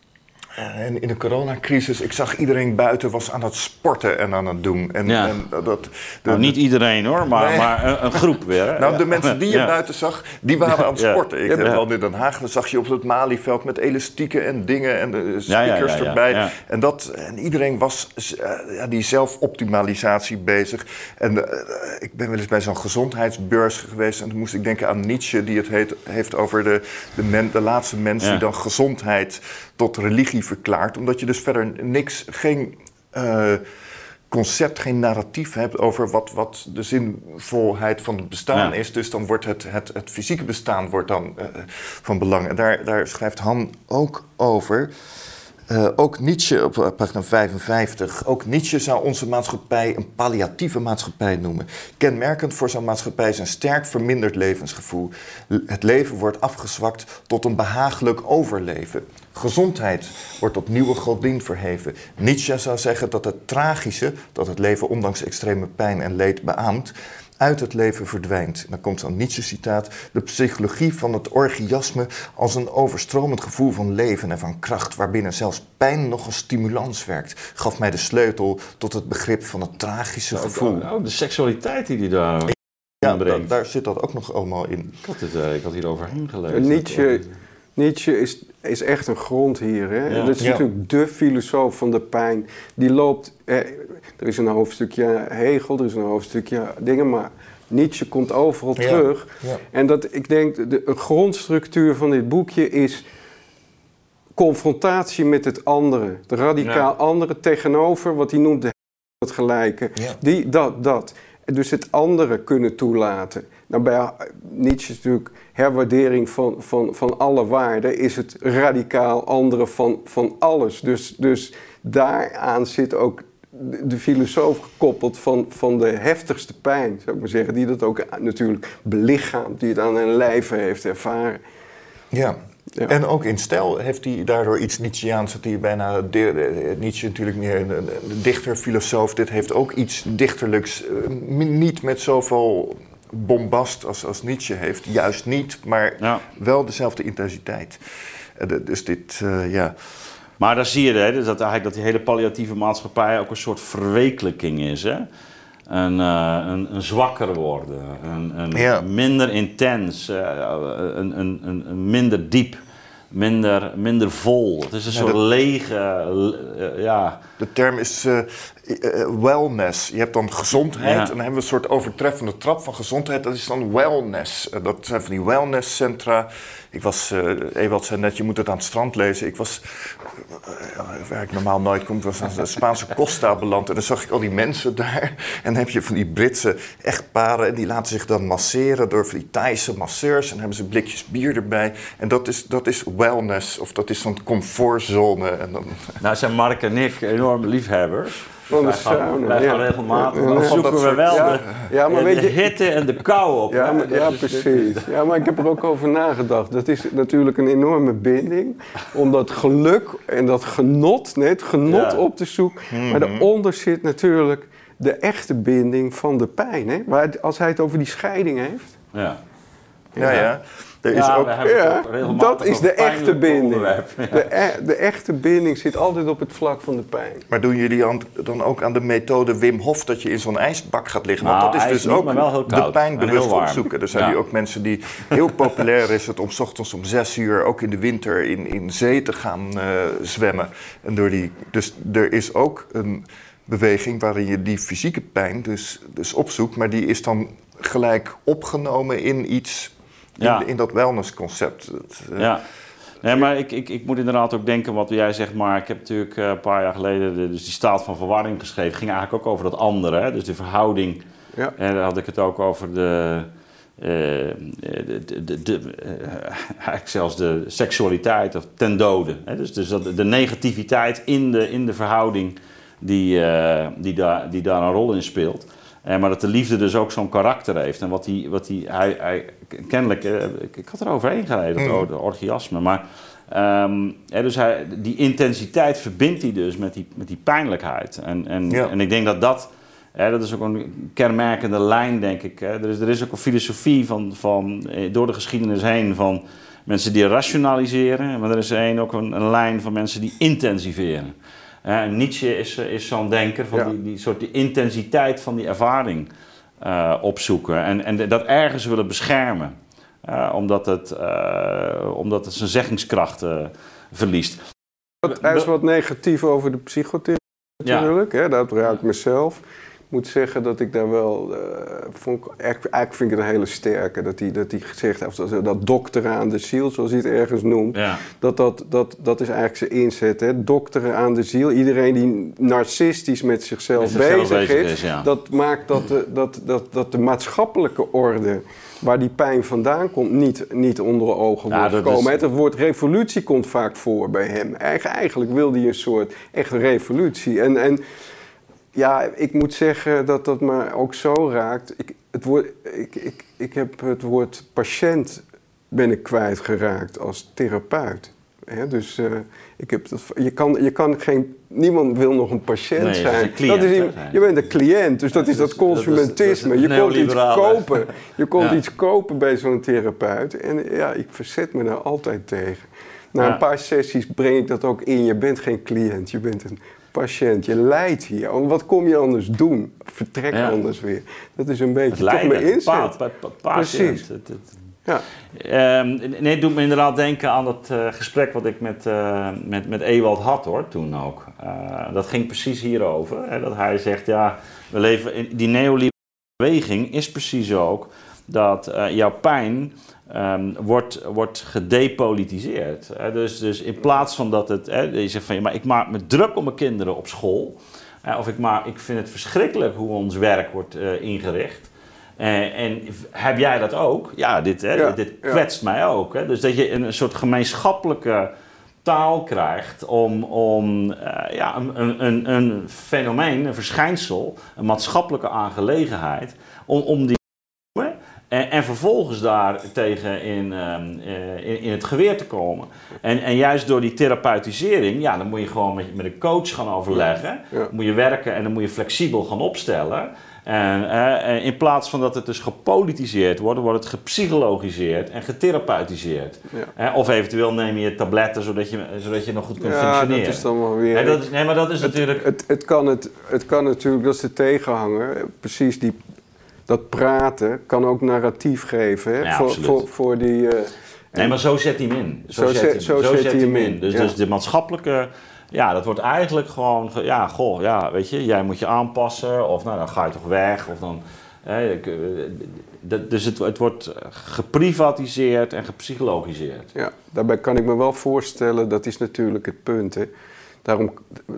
En in de coronacrisis, ik zag iedereen buiten was aan het sporten en aan het doen. En, ja. en dat, de, nou, niet iedereen hoor, maar, nee. maar een, een groep weer. Hè? Nou, ja. de mensen die je ja. buiten zag, die waren aan het sporten. Ik ja. heb wel in Den Haag, dan zag je op het Malieveld met elastieken en dingen en de speakers ja, ja, ja, ja, erbij. Ja. En, dat, en iedereen was uh, ja, die zelfoptimalisatie bezig. En uh, ik ben wel eens bij zo'n gezondheidsbeurs geweest en toen moest ik denken aan Nietzsche, die het heet, heeft over de, de, men, de laatste mens ja. die dan gezondheid tot religie verklaart, omdat je dus verder niks, geen uh, concept, geen narratief hebt over wat, wat de zinvolheid van het bestaan ja. is. Dus dan wordt het, het, het fysieke bestaan wordt dan uh, van belang. En daar, daar schrijft Han ook over. Uh, ook Nietzsche, op pagina vijfenvijftig, ook Nietzsche zou onze maatschappij een palliatieve maatschappij noemen. Kenmerkend voor zo'n maatschappij is een sterk verminderd levensgevoel. Het leven wordt afgezwakt tot een behagelijk overleven. Gezondheid wordt tot nieuwe godin verheven. Nietzsche zou zeggen dat het tragische, dat het leven ondanks extreme pijn en leed beaamt, uit het leven verdwijnt. En dan komt zo'n Nietzsche-citaat. De psychologie van het orgiasme als een overstromend gevoel van leven en van kracht, waarbinnen zelfs pijn nog als stimulans werkt, gaf mij de sleutel tot het begrip van het tragische ja, gevoel. Oh, de seksualiteit die die daar ja, da, daar zit dat ook nog allemaal in. Ik had, het, uh, ik had hier overheen gelezen. Nietzsche, Nietzsche is, is echt een grondheer. Hè? Ja. Dat is Ja. natuurlijk dé filosoof van de pijn. Die loopt... Eh, er is een hoofdstukje Hegel, er is een hoofdstukje dingen, maar Nietzsche komt overal Ja. terug. Ja. En dat, ik denk, de, een grondstructuur van dit boekje is confrontatie met het andere. De radicaal Ja. andere tegenover wat hij noemt de het gelijke. Ja. Die, dat, dat. Dus het andere kunnen toelaten. Nou, bij Nietzsche is natuurlijk herwaardering van, van, van alle waarden, is het radicaal andere van, van alles. Dus, dus daaraan zit ook de, de filosoof gekoppeld van, van de heftigste pijn, zou ik maar zeggen, die dat ook natuurlijk belichaamt, die het aan een lijve heeft ervaren. Ja. Ja. En ook in stijl heeft hij daardoor iets Nietzscheaans, dat hij bijna, de, de, Nietzsche natuurlijk meer een, een dichter, filosoof, dit heeft ook iets dichterlijks, uh, niet met zoveel bombast als, als Nietzsche heeft, juist niet, maar Ja. wel dezelfde intensiteit. Uh, de, dus dit, uh, ja... Maar daar zie je hè, dus dat, eigenlijk dat die hele palliatieve maatschappij ook een soort verwekelijking is. Hè? Een, uh, een, een zwakker worden, een, een Ja. minder intens, uh, een, een, een, een minder diep, minder, minder vol. Het is een Ja, soort dat- lege, uh, ja... De term is uh, uh, wellness. Je hebt dan gezondheid Ja. en dan hebben we een soort overtreffende trap van gezondheid. Dat is dan wellness. Uh, dat zijn van die wellnesscentra. Ik was, uh, Ewald zei net, je moet het aan het strand lezen. Ik was, uh, waar ik normaal nooit kom, was aan de Spaanse Costa beland. En dan zag ik al die mensen daar. En dan heb je van die Britse echtparen. En die laten zich dan masseren door van die Thaise masseurs. En dan hebben ze blikjes bier erbij. En dat is, dat is wellness. Of dat is zo'n comfortzone. En dan... Nou zijn Mark en ik enorme liefhebbers. Van de Wij gaan, sauna, wij gaan ja. regelmatig, Ja, dan ja. zoeken we wel Ja, de, ja, maar de weet je- hitte en de kou op. Ja, hè. maar, Dat ja is- precies. Ja, maar ik heb er ook over nagedacht. Dat is natuurlijk een enorme binding om dat geluk en dat genot, nee, het genot Ja. op te zoeken. Maar daaronder zit natuurlijk de echte binding van de pijn. Hè? Waar, het- als hij het over die scheiding heeft. Ja. Ja, ja. Er is Ja, ook... we hebben het Ja, ook regelmatig dat is over de echte pijnlijke binding. onderwerpen. Ja. De, e- de echte binding zit altijd op het vlak van de pijn. Maar doen jullie aan- dan ook aan de methode Wim Hof dat je in zo'n ijsbak gaat liggen? Want Nou, dat is ijs dus niet, ook maar wel heel de koud pijn en bewust heel warm. opzoeken. Er zijn Ja. nu ook mensen die... Heel populair is het om 's ochtends om zes uur ook in de winter in, in zee te gaan uh, zwemmen. En door die, dus er is ook een beweging waarin je die fysieke pijn dus, dus opzoekt. Maar die is dan gelijk opgenomen in iets... In, Ja. in dat wellnessconcept. Dat, uh, Ja. Nee, maar ik, ik, ik moet inderdaad ook denken wat jij zegt, maar ik heb natuurlijk uh, een paar jaar geleden de, dus die staat van verwarring geschreven. Het ging eigenlijk ook over dat andere, hè? Dus de verhouding. Ja. En daar had ik het ook over de, uh, de, de, de, de uh, eigenlijk zelfs de seksualiteit of ten dode. Hè? Dus, dus dat, de negativiteit in de, in de verhouding die, uh, die, daar, die daar een rol in speelt. Uh, maar dat de liefde dus ook zo'n karakter heeft. En wat die, wat die, hij, hij kennelijk, uh, ik, ik had er overheen gereden, Mm. dat orgiasme. Maar um, ja, dus hij, die intensiteit verbindt hij dus met die, met die pijnlijkheid. En, en, Ja. en ik denk dat dat, hè, dat is ook een kenmerkende lijn, denk ik. Hè. Er, is, er is ook een filosofie van, van, door de geschiedenis heen van mensen die rationaliseren. Maar er is een, ook een, een lijn van mensen die intensiveren. Uh, Nietzsche is, is zo'n denker van Ja. die, die soort die intensiteit van die ervaring uh, opzoeken. En, en dat ergens willen beschermen. Uh, omdat, het, uh, omdat het zijn zeggingskracht uh, verliest. Hij is wat negatief over de psychotherapie natuurlijk. Hè? Dat raak ik mezelf. Ik moet zeggen dat ik daar wel... Uh, vond ik, eigenlijk vind ik het een hele sterke. Dat hij, dat hij gezegd heeft, dat, dat dokteren aan de ziel, zoals hij het ergens noemt. Ja. Dat, dat, dat, dat is eigenlijk zijn inzet. Hè? Dokteren aan de ziel. Iedereen die narcistisch met zichzelf, Met zichzelf bezig, bezig is. is, ja. Dat maakt dat de, dat, dat, dat de maatschappelijke orde... waar die pijn vandaan komt, niet, niet onder de ogen Ja, wordt dat gekomen. is- Het woord revolutie komt vaak voor bij hem. Eigen- Eigenlijk wil hij een soort echte revolutie. En, en ja, ik moet zeggen dat dat me ook zo raakt. Ik, het woord, ik, ik, ik heb het woord patiënt ben ik kwijtgeraakt als therapeut. Hè, dus uh, ik heb dat, je, kan, je kan geen... Niemand wil nog een patiënt Nee, je bent zijn. een cliënt, dat is, hè, je, zijn. je bent een cliënt, dus dat Ja, is dat dat is- dat is- consumentisme. dat is het je komt iets neoliberale. kopen. Je komt Ja. iets kopen bij zo'n therapeut. En ja, ik verzet me daar altijd tegen. Na Ja. een paar sessies breng ik dat ook in. Je bent geen cliënt, je bent een patiënt. Je lijdt hier. Wat kom je anders doen? Vertrek Ja. anders weer. Dat is een beetje Het toch mijn lijden, inzet. pa, pa, pa, patiënt. Precies. Het, het, Ja. Um, nee, het doet me inderdaad denken aan dat uh, gesprek wat ik met, uh, met, met Ewald had hoor, toen ook. Uh, dat ging precies hierover. Hè, dat hij zegt, ja, we leven in die neoliberale beweging is precies ook dat uh, jouw pijn um, wordt, wordt gedepolitiseerd. Hè. Dus, dus in plaats van dat het, hè, je zegt van, ja, maar ik maak me druk om mijn kinderen op school. Hè, of ik, maar, ik vind het verschrikkelijk hoe ons werk wordt uh, ingericht. Uh, en heb jij dat ook? Ja, dit, hè, ja, dit kwetst ja. mij ook. Hè. Dus dat je een, een soort gemeenschappelijke taal krijgt om, om uh, ja, een, een, een fenomeen, een verschijnsel, een maatschappelijke aangelegenheid, om, om die en, en vervolgens daar tegen in, um, uh, in, in het geweer te komen. En, en juist door die therapeutisering, ja, dan moet je gewoon met, met een coach gaan overleggen. Ja. Dan moet je werken en dan moet je flexibel gaan opstellen. En uh, in plaats van dat het dus gepolitiseerd wordt, wordt het gepsychologiseerd en getherapeutiseerd. Ja. Uh, of eventueel neem je tabletten zodat je, zodat je nog goed kunt ja, functioneren. Ja, dat is dan wel weer... Nee, dat is, nee maar dat is het, natuurlijk... Het, het, kan het, het kan natuurlijk, dat is de tegenhanger, precies die... Dat praten kan ook narratief geven hè? Ja, voor, voor, voor die... Uh, nee, maar zo zet hij hem in. Zo, zo zet, zet, zo zo zet hij hem in. in. Dus, ja. dus de maatschappelijke... Ja, dat wordt eigenlijk gewoon... Ja, goh, ja, weet je, jij moet je aanpassen. Of nou, dan ga je toch weg. Of dan... Hè, dus het, het wordt geprivatiseerd en gepsychologiseerd. Ja, daarbij kan ik me wel voorstellen, dat is natuurlijk het punt, hè. Daarom,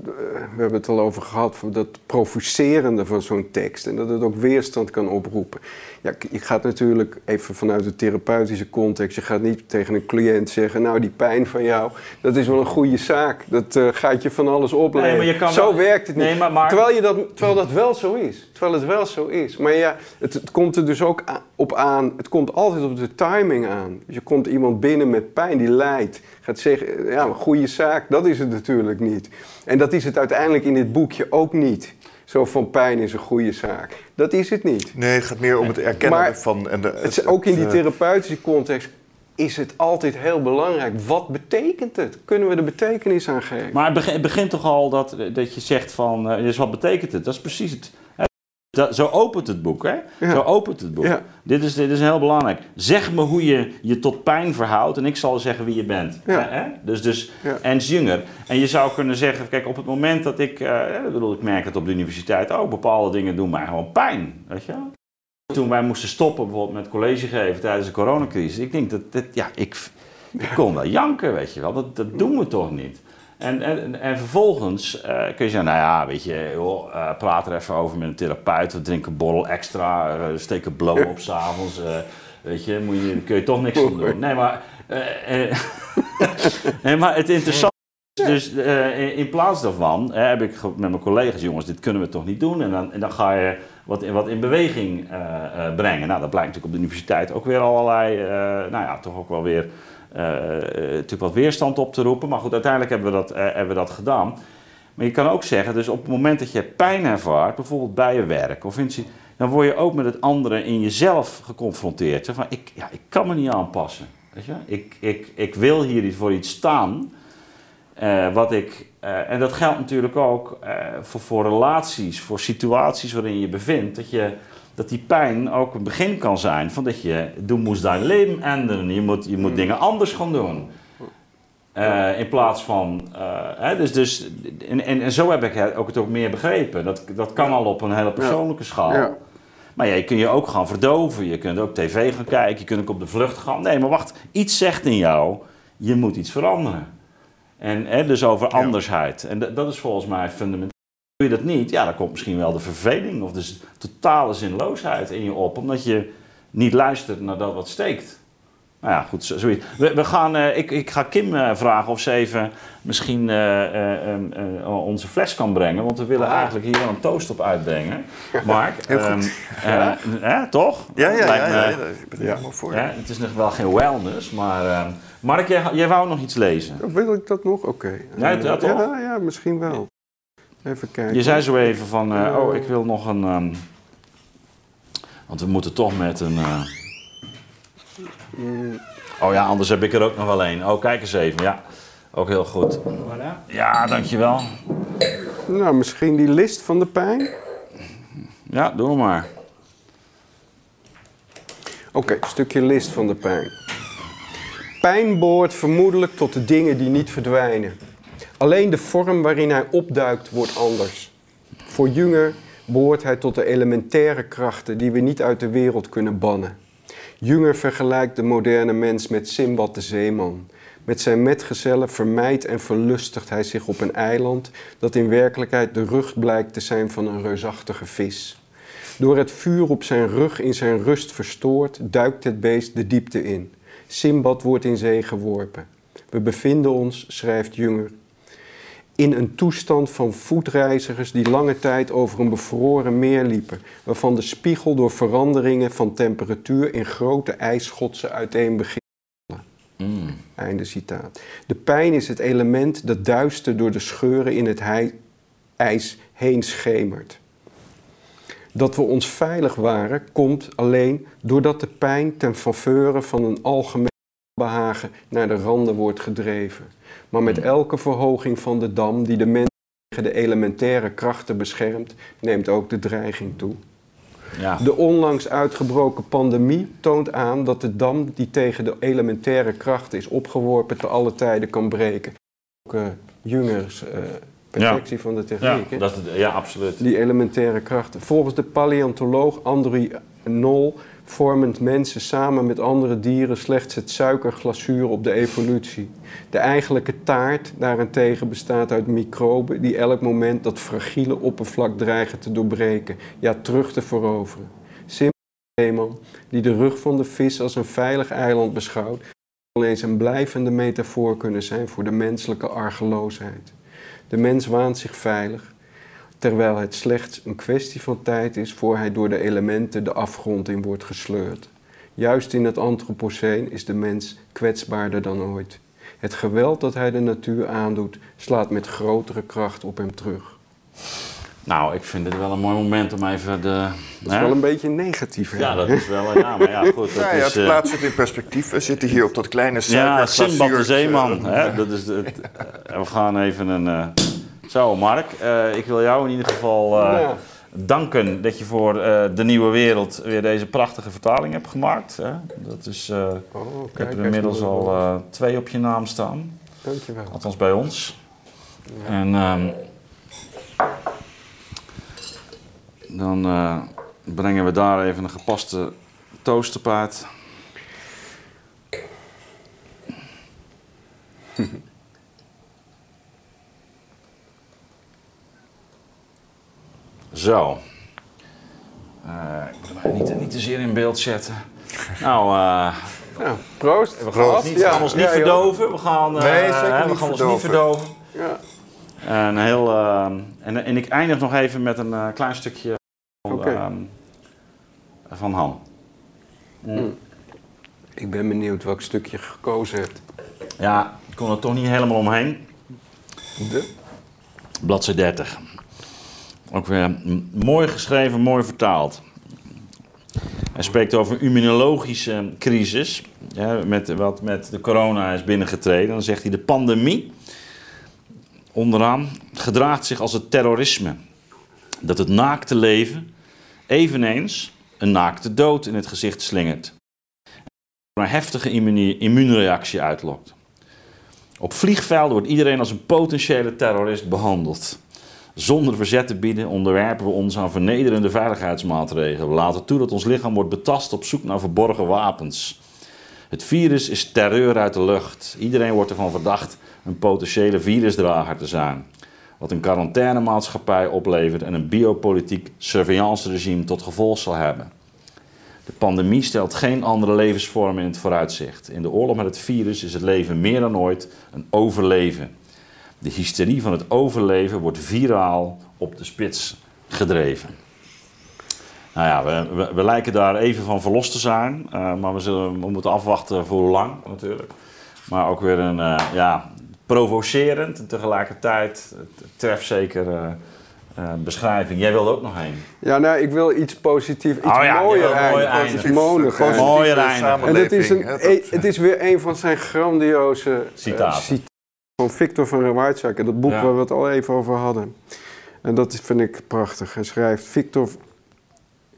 we hebben het al over gehad, dat provocerende van zo'n tekst en dat het ook weerstand kan oproepen. Ja, je gaat natuurlijk even vanuit de therapeutische context, je gaat niet tegen een cliënt zeggen, nou die pijn van jou, dat is wel een goede zaak, dat uh, gaat je van alles opleveren. Nee, maar je kan zo wel... werkt het niet. Nee, maar, maar... Terwijl, je dat, terwijl dat wel zo is. Terwijl het wel zo is. Maar ja, het, het komt er dus ook op aan, het komt altijd op de timing aan. Dus je komt iemand binnen met pijn die lijdt, gaat zeggen, ja, een goede zaak, dat is het natuurlijk niet. En dat is het uiteindelijk in dit boekje ook niet. Zo van pijn is een goede zaak. Dat is het niet. Nee, het gaat meer om het erkennen maar van... En de, het, het, ook in die therapeutische context is het altijd heel belangrijk. Wat betekent het? Kunnen we de betekenis aan geven? Maar het begint, het begint toch al dat, dat je zegt van... Uh, dus wat betekent het? Dat is precies het... Hè? Dat, zo opent het boek, hè? Ja. Zo opent het boek. Ja. Dit, is, dit is heel belangrijk. Zeg me hoe je je tot pijn verhoudt en ik zal zeggen wie je bent. Ja. Hè? Dus, dus ja. Ernst Jünger. En je zou kunnen zeggen, kijk, op het moment dat ik... Uh, ik bedoel, ik merk het op de universiteit ook. Bepaalde dingen doen mij gewoon pijn, weet je? Toen wij moesten stoppen bijvoorbeeld met college geven tijdens de coronacrisis. Ik denk dat, dat ja, ik, ik kon wel janken, weet je wel. Dat, dat doen we toch niet. En, en, en vervolgens uh, kun je zeggen, nou ja, weet je, joh, uh, praat er even over met een therapeut. We drinken een borrel extra, uh, steken blow op s'avonds. Uh, weet je, moet je, kun je toch niks aan doen. Nee, maar, uh, uh, nee, maar het interessante is dus, uh, in, in plaats daarvan uh, heb ik met mijn collega's, jongens, dit kunnen we toch niet doen. En dan, en dan ga je wat in, wat in beweging uh, uh, brengen. Nou, dat blijkt natuurlijk op de universiteit ook weer allerlei, uh, nou ja, toch ook wel weer... Uh, natuurlijk wat weerstand op te roepen. Maar goed, uiteindelijk hebben we, dat, uh, hebben we dat gedaan. Maar je kan ook zeggen, dus op het moment dat je pijn ervaart, bijvoorbeeld bij je werk, of in, dan word je ook met het andere in jezelf geconfronteerd. Zeg van, ik, ja, ik kan me niet aanpassen. Weet je? Ik, ik, ik wil hier voor iets staan. Uh, wat ik, uh, en dat geldt natuurlijk ook uh, voor, voor relaties, voor situaties waarin je je bevindt. Dat je... dat die pijn ook een begin kan zijn van dat je, du moest dein leven ändern, je moet, je moet dingen anders gaan doen. Uh, in plaats van, uh, hè, dus, dus, en, en, en zo heb ik ook het ook meer begrepen. Dat, dat kan al op een hele persoonlijke schaal. Ja. Maar ja, je kunt je ook gaan verdoven, je kunt ook tv gaan kijken, je kunt ook op de vlucht gaan. Nee, maar wacht, iets zegt in jou, je moet iets veranderen. En hè, dus over andersheid. En d- dat is volgens mij fundamenteel. Doe je dat niet, ja, dan komt misschien wel de verveling of de totale zinloosheid in je op, omdat je niet luistert naar dat wat steekt. Nou ja, goed, zoiets. We, we gaan, uh, ik, ik ga Kim uh, vragen of ze even misschien uh, uh, uh, uh, onze fles kan brengen, want we willen ah. eigenlijk hier wel een toast op uitbrengen. Mark, heel um, goed. Uh, ja. uh, toch? Ja, ja, ja, me, ja, ja, ik ben er helemaal voor. Ja, het is nog wel geen wellness, maar uh, Mark, jij, jij wou nog iets lezen? Wil ik dat nog? Oké. Okay. Ja, ja, toch? Ja, ja, misschien wel. Even kijken. Je zei zo even van, uh, oh, ik wil nog een... Um, want we moeten toch met een... Uh... Oh ja, anders heb ik er ook nog wel een. Oh, kijk eens even. Ja, ook heel goed. Voilà. Ja, dankjewel. Nou, misschien die list van de pijn? Ja, doe maar. Oké, okay, een stukje list van de pijn. Pijn behoort vermoedelijk tot de dingen die niet verdwijnen. Alleen de vorm waarin hij opduikt wordt anders. Voor Jünger behoort hij tot de elementaire krachten die we niet uit de wereld kunnen bannen. Jünger vergelijkt de moderne mens met Simbad de zeeman. Met zijn metgezellen vermijdt en verlustigt hij zich op een eiland dat in werkelijkheid de rug blijkt te zijn van een reusachtige vis. Door het vuur op zijn rug in zijn rust verstoord, duikt het beest de diepte in. Simbad wordt in zee geworpen. We bevinden ons, schrijft Jünger, in een toestand van voetreizigers die lange tijd over een bevroren meer liepen, waarvan de spiegel door veranderingen van temperatuur in grote ijsschotsen uiteen begint. Mm. Einde citaat. De pijn is het element dat duister door de scheuren in het hei- ijs heen schemert. Dat we ons veilig waren, komt alleen doordat de pijn ten faveur van een algemeen behagen naar de randen wordt gedreven. Maar met elke verhoging van de dam die de mens tegen de elementaire krachten beschermt, neemt ook de dreiging toe. Ja. De onlangs uitgebroken pandemie toont aan dat de dam die tegen de elementaire krachten is opgeworpen te alle tijden kan breken. Ook uh, Jüngers uh, perfectie ja. van de techniek. Ja, dat, ja, absoluut. Die elementaire krachten. Volgens de paleontoloog Andrew Knoll vormen mensen samen met andere dieren slechts het suikerglazuur op de evolutie. De eigenlijke taart daarentegen bestaat uit microben die elk moment dat fragiele oppervlak dreigen te doorbreken, ja terug te veroveren. Simbad de zeeman, die de rug van de vis als een veilig eiland beschouwt, zal eens een blijvende metafoor kunnen zijn voor de menselijke argeloosheid. De mens waant zich veilig, terwijl het slechts een kwestie van tijd is voor hij door de elementen de afgrond in wordt gesleurd. Juist in het Anthropoceen is de mens kwetsbaarder dan ooit. Het geweld dat hij de natuur aandoet, slaat met grotere kracht op hem terug. Nou, ik vind dit wel een mooi moment om even de... Dat is hè? wel een beetje negatief, hè? Ja, dat is wel... Ja, maar ja, goed. Dat ja, ja, is, het plaatst het in perspectief. We zitten hier op dat kleine suikerglazuur. Ja, Simbad de zeeman. Hè? Dat is het, we gaan even een... Uh... Zo, Mark. Uh, ik wil jou in ieder geval uh, ja. danken dat je voor uh, De Nieuwe Wereld weer deze prachtige vertaling hebt gemaakt. Hè? Dat is... Uh, oh, ik heb er inmiddels al uh, twee op je naam staan. Dankjewel. Althans bij ons. Ja. En... Um, Dan uh, brengen we daar even een gepaste toast op uit. Zo. Uh, ik moet hem niet, niet te zeer in beeld zetten. Nou, uh, ja, proost. We gaan ons niet, ja, gaan ons niet ja, verdoven. We gaan, uh, nee, zeker hè, we niet gaan verdoven. ons niet verdoven. Ja. En, heel, uh, en, en ik eindig nog even met een uh, klein stukje okay. uh, van Han. Mm. Mm. Ik ben benieuwd welk stukje je gekozen hebt. Ja, ik kon er toch niet helemaal omheen. De? Bladzijde dertig. Ook weer mooi geschreven, mooi vertaald. Hij spreekt over een immunologische crisis, ja, met, wat met de corona is binnengetreden. Dan zegt hij de pandemie, onderaan, gedraagt zich als het terrorisme. Dat het naakte leven eveneens een naakte dood in het gezicht slingert. En een heftige immuunreactie uitlokt. Op vliegvelden wordt iedereen als een potentiële terrorist behandeld. Zonder verzet te bieden onderwerpen we ons aan vernederende veiligheidsmaatregelen. We laten toe dat ons lichaam wordt betast op zoek naar verborgen wapens. Het virus is terreur uit de lucht. Iedereen wordt ervan verdacht een potentiële virusdrager te zijn. Wat een quarantainemaatschappij oplevert en een biopolitiek surveillance-regime tot gevolg zal hebben. De pandemie stelt geen andere levensvorm in het vooruitzicht. In de oorlog met het virus is het leven meer dan ooit een overleven. De hysterie van het overleven wordt viraal op de spits gedreven. Nou ja, we, we, we lijken daar even van verlost te zijn, uh, maar we, zullen, we moeten afwachten voor hoe lang natuurlijk. Maar ook weer een, uh, ja, provocerend en tegelijkertijd trefzeker uh, uh, beschrijving. Jij wilde ook nog heen. Ja, nou, ik wil iets positiefs, iets oh, ja, mooier eindigen. Mooier Mooier eindigen. En het is, een, e, het is weer een van zijn grandioze citaten. Uh, citaten. Van Victor van Reweizak, en dat boek ja. waar we het al even over hadden. En dat vind ik prachtig. Hij schrijft, Victor,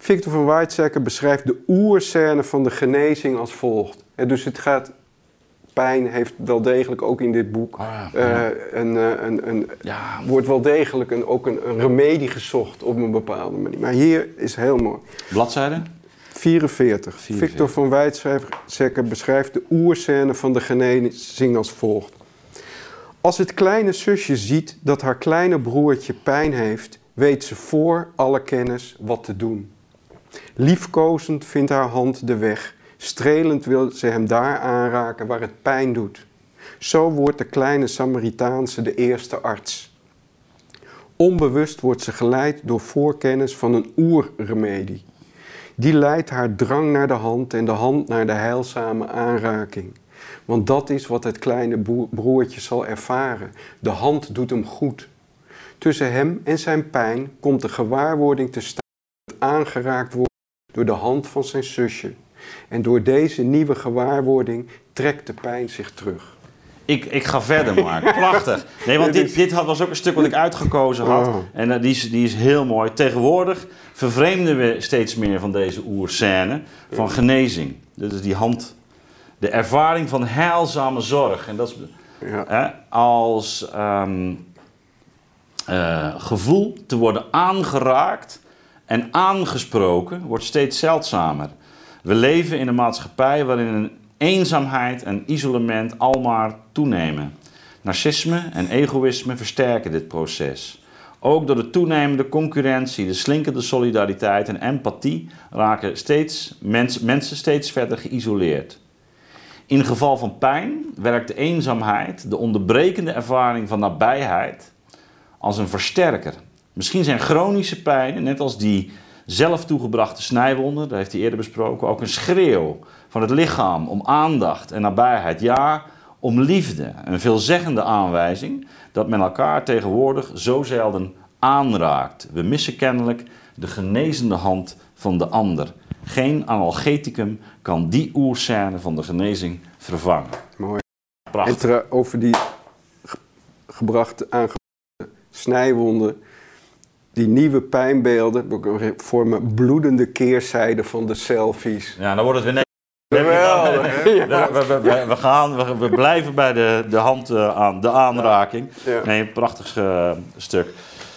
Victor van Weizsäcker beschrijft de oerscène van de genezing als volgt. En dus het gaat... Pijn heeft wel degelijk ook in dit boek... Oh ja, ja. Uh, een, een, een, ja. wordt wel degelijk een, ook een, een remedie gezocht op een bepaalde manier. Maar hier is heel mooi. Bladzijde? vierenveertig. vierenveertig. Victor van Weizsäcker beschrijft de oerscène van de genezing als volgt. Als het kleine zusje ziet dat haar kleine broertje pijn heeft... weet ze voor alle kennis wat te doen. Liefkozend vindt haar hand de weg... Strelend wil ze hem daar aanraken waar het pijn doet. Zo wordt de kleine Samaritaanse de eerste arts. Onbewust wordt ze geleid door voorkennis van een oerremedie. Die leidt haar drang naar de hand en de hand naar de heilzame aanraking. Want dat is wat het kleine broertje zal ervaren. De hand doet hem goed. Tussen hem en zijn pijn komt de gewaarwording te staan dat aangeraakt wordt door de hand van zijn zusje. En door deze nieuwe gewaarwording trekt de pijn zich terug. Ik, ik ga verder, Mark. Prachtig. Nee, want dit, dit was ook een stuk wat ik uitgekozen had. Oh. En uh, die, is, die is heel mooi. Tegenwoordig vervreemden we steeds meer van deze oerscène van genezing. Dat is die hand, de ervaring van heilzame zorg. En dat is Ja. hè, als um, uh, gevoel te worden aangeraakt en aangesproken wordt steeds zeldzamer. We leven in een maatschappij waarin een eenzaamheid en isolement almaar toenemen. Narcisme en egoïsme versterken dit proces. Ook door de toenemende concurrentie, de slinkende solidariteit en empathie raken steeds mens, mensen steeds verder geïsoleerd. In geval van pijn werkt de eenzaamheid, de onderbrekende ervaring van nabijheid, als een versterker. Misschien zijn chronische pijnen, net als die zelf toegebrachte snijwonden, dat heeft hij eerder besproken, ook een schreeuw van het lichaam om aandacht en nabijheid. Ja, om liefde. Een veelzeggende aanwijzing dat men elkaar tegenwoordig zo zelden aanraakt. We missen kennelijk de genezende hand van de ander. Geen analgeticum kan die oerscène van de genezing vervangen. Mooi. Prachtig. En tra- over die ge- gebrachte, aangebrachte snijwonden, die nieuwe pijnbeelden vormen bloedende keerzijde van de selfies. Ja, dan wordt het weer... Geweldig. We, we, we, we, we, gaan, we, we blijven bij de, de hand uh, aan, de aanraking. Ja. Nee, een prachtig uh, stuk.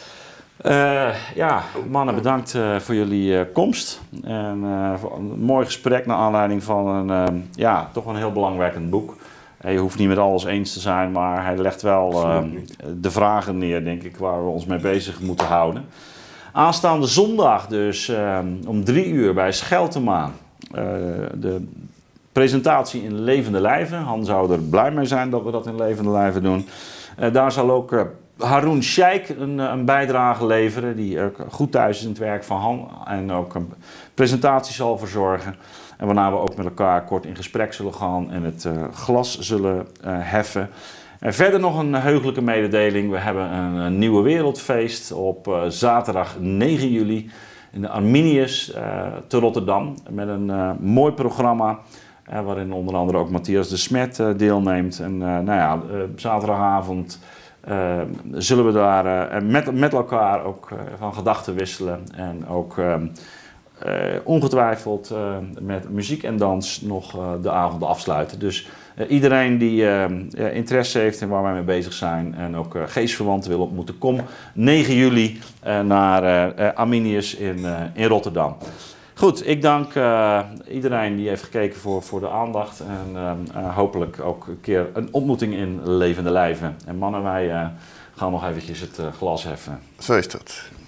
Uh, ja, mannen, bedankt uh, voor jullie uh, komst. En, uh, voor een mooi gesprek naar aanleiding van een, uh, ja, toch een heel belangwekkend boek. Uh, je hoeft niet met alles eens te zijn, maar hij legt wel uh, de vragen neer, denk ik, waar we ons mee bezig moeten houden. Aanstaande zondag dus uh, om drie uur bij Scheltema. Uh, de presentatie in levende lijven. Han zou er blij mee zijn dat we dat in levende lijven doen. Uh, daar zal ook uh, Haroon Sheikh een, een bijdrage leveren, die ook goed thuis is in het werk van Han en ook een presentatie zal verzorgen. En waarna we ook met elkaar kort in gesprek zullen gaan en het uh, glas zullen uh, heffen. En verder nog een heugelijke mededeling. We hebben een, een nieuwe wereldfeest op uh, zaterdag negen juli in de Arminius uh, te Rotterdam. Met een uh, mooi programma uh, waarin onder andere ook Matthias de Smet uh, deelneemt. En uh, nou ja, uh, zaterdagavond uh, zullen we daar uh, met, met elkaar ook uh, van gedachten wisselen. En ook uh, uh, ongetwijfeld uh, met muziek en dans nog uh, de avond afsluiten. Dus uh, iedereen die uh, uh, interesse heeft en waar wij mee bezig zijn en ook uh, geestverwanten wil ontmoeten, kom negen juli uh, naar uh, uh, Arminius in, uh, in Rotterdam. Goed, ik dank uh, iedereen die heeft gekeken voor, voor de aandacht en uh, uh, hopelijk ook een keer een ontmoeting in levende lijven. En mannen, wij uh, gaan nog eventjes het uh, glas heffen. Zo is dat.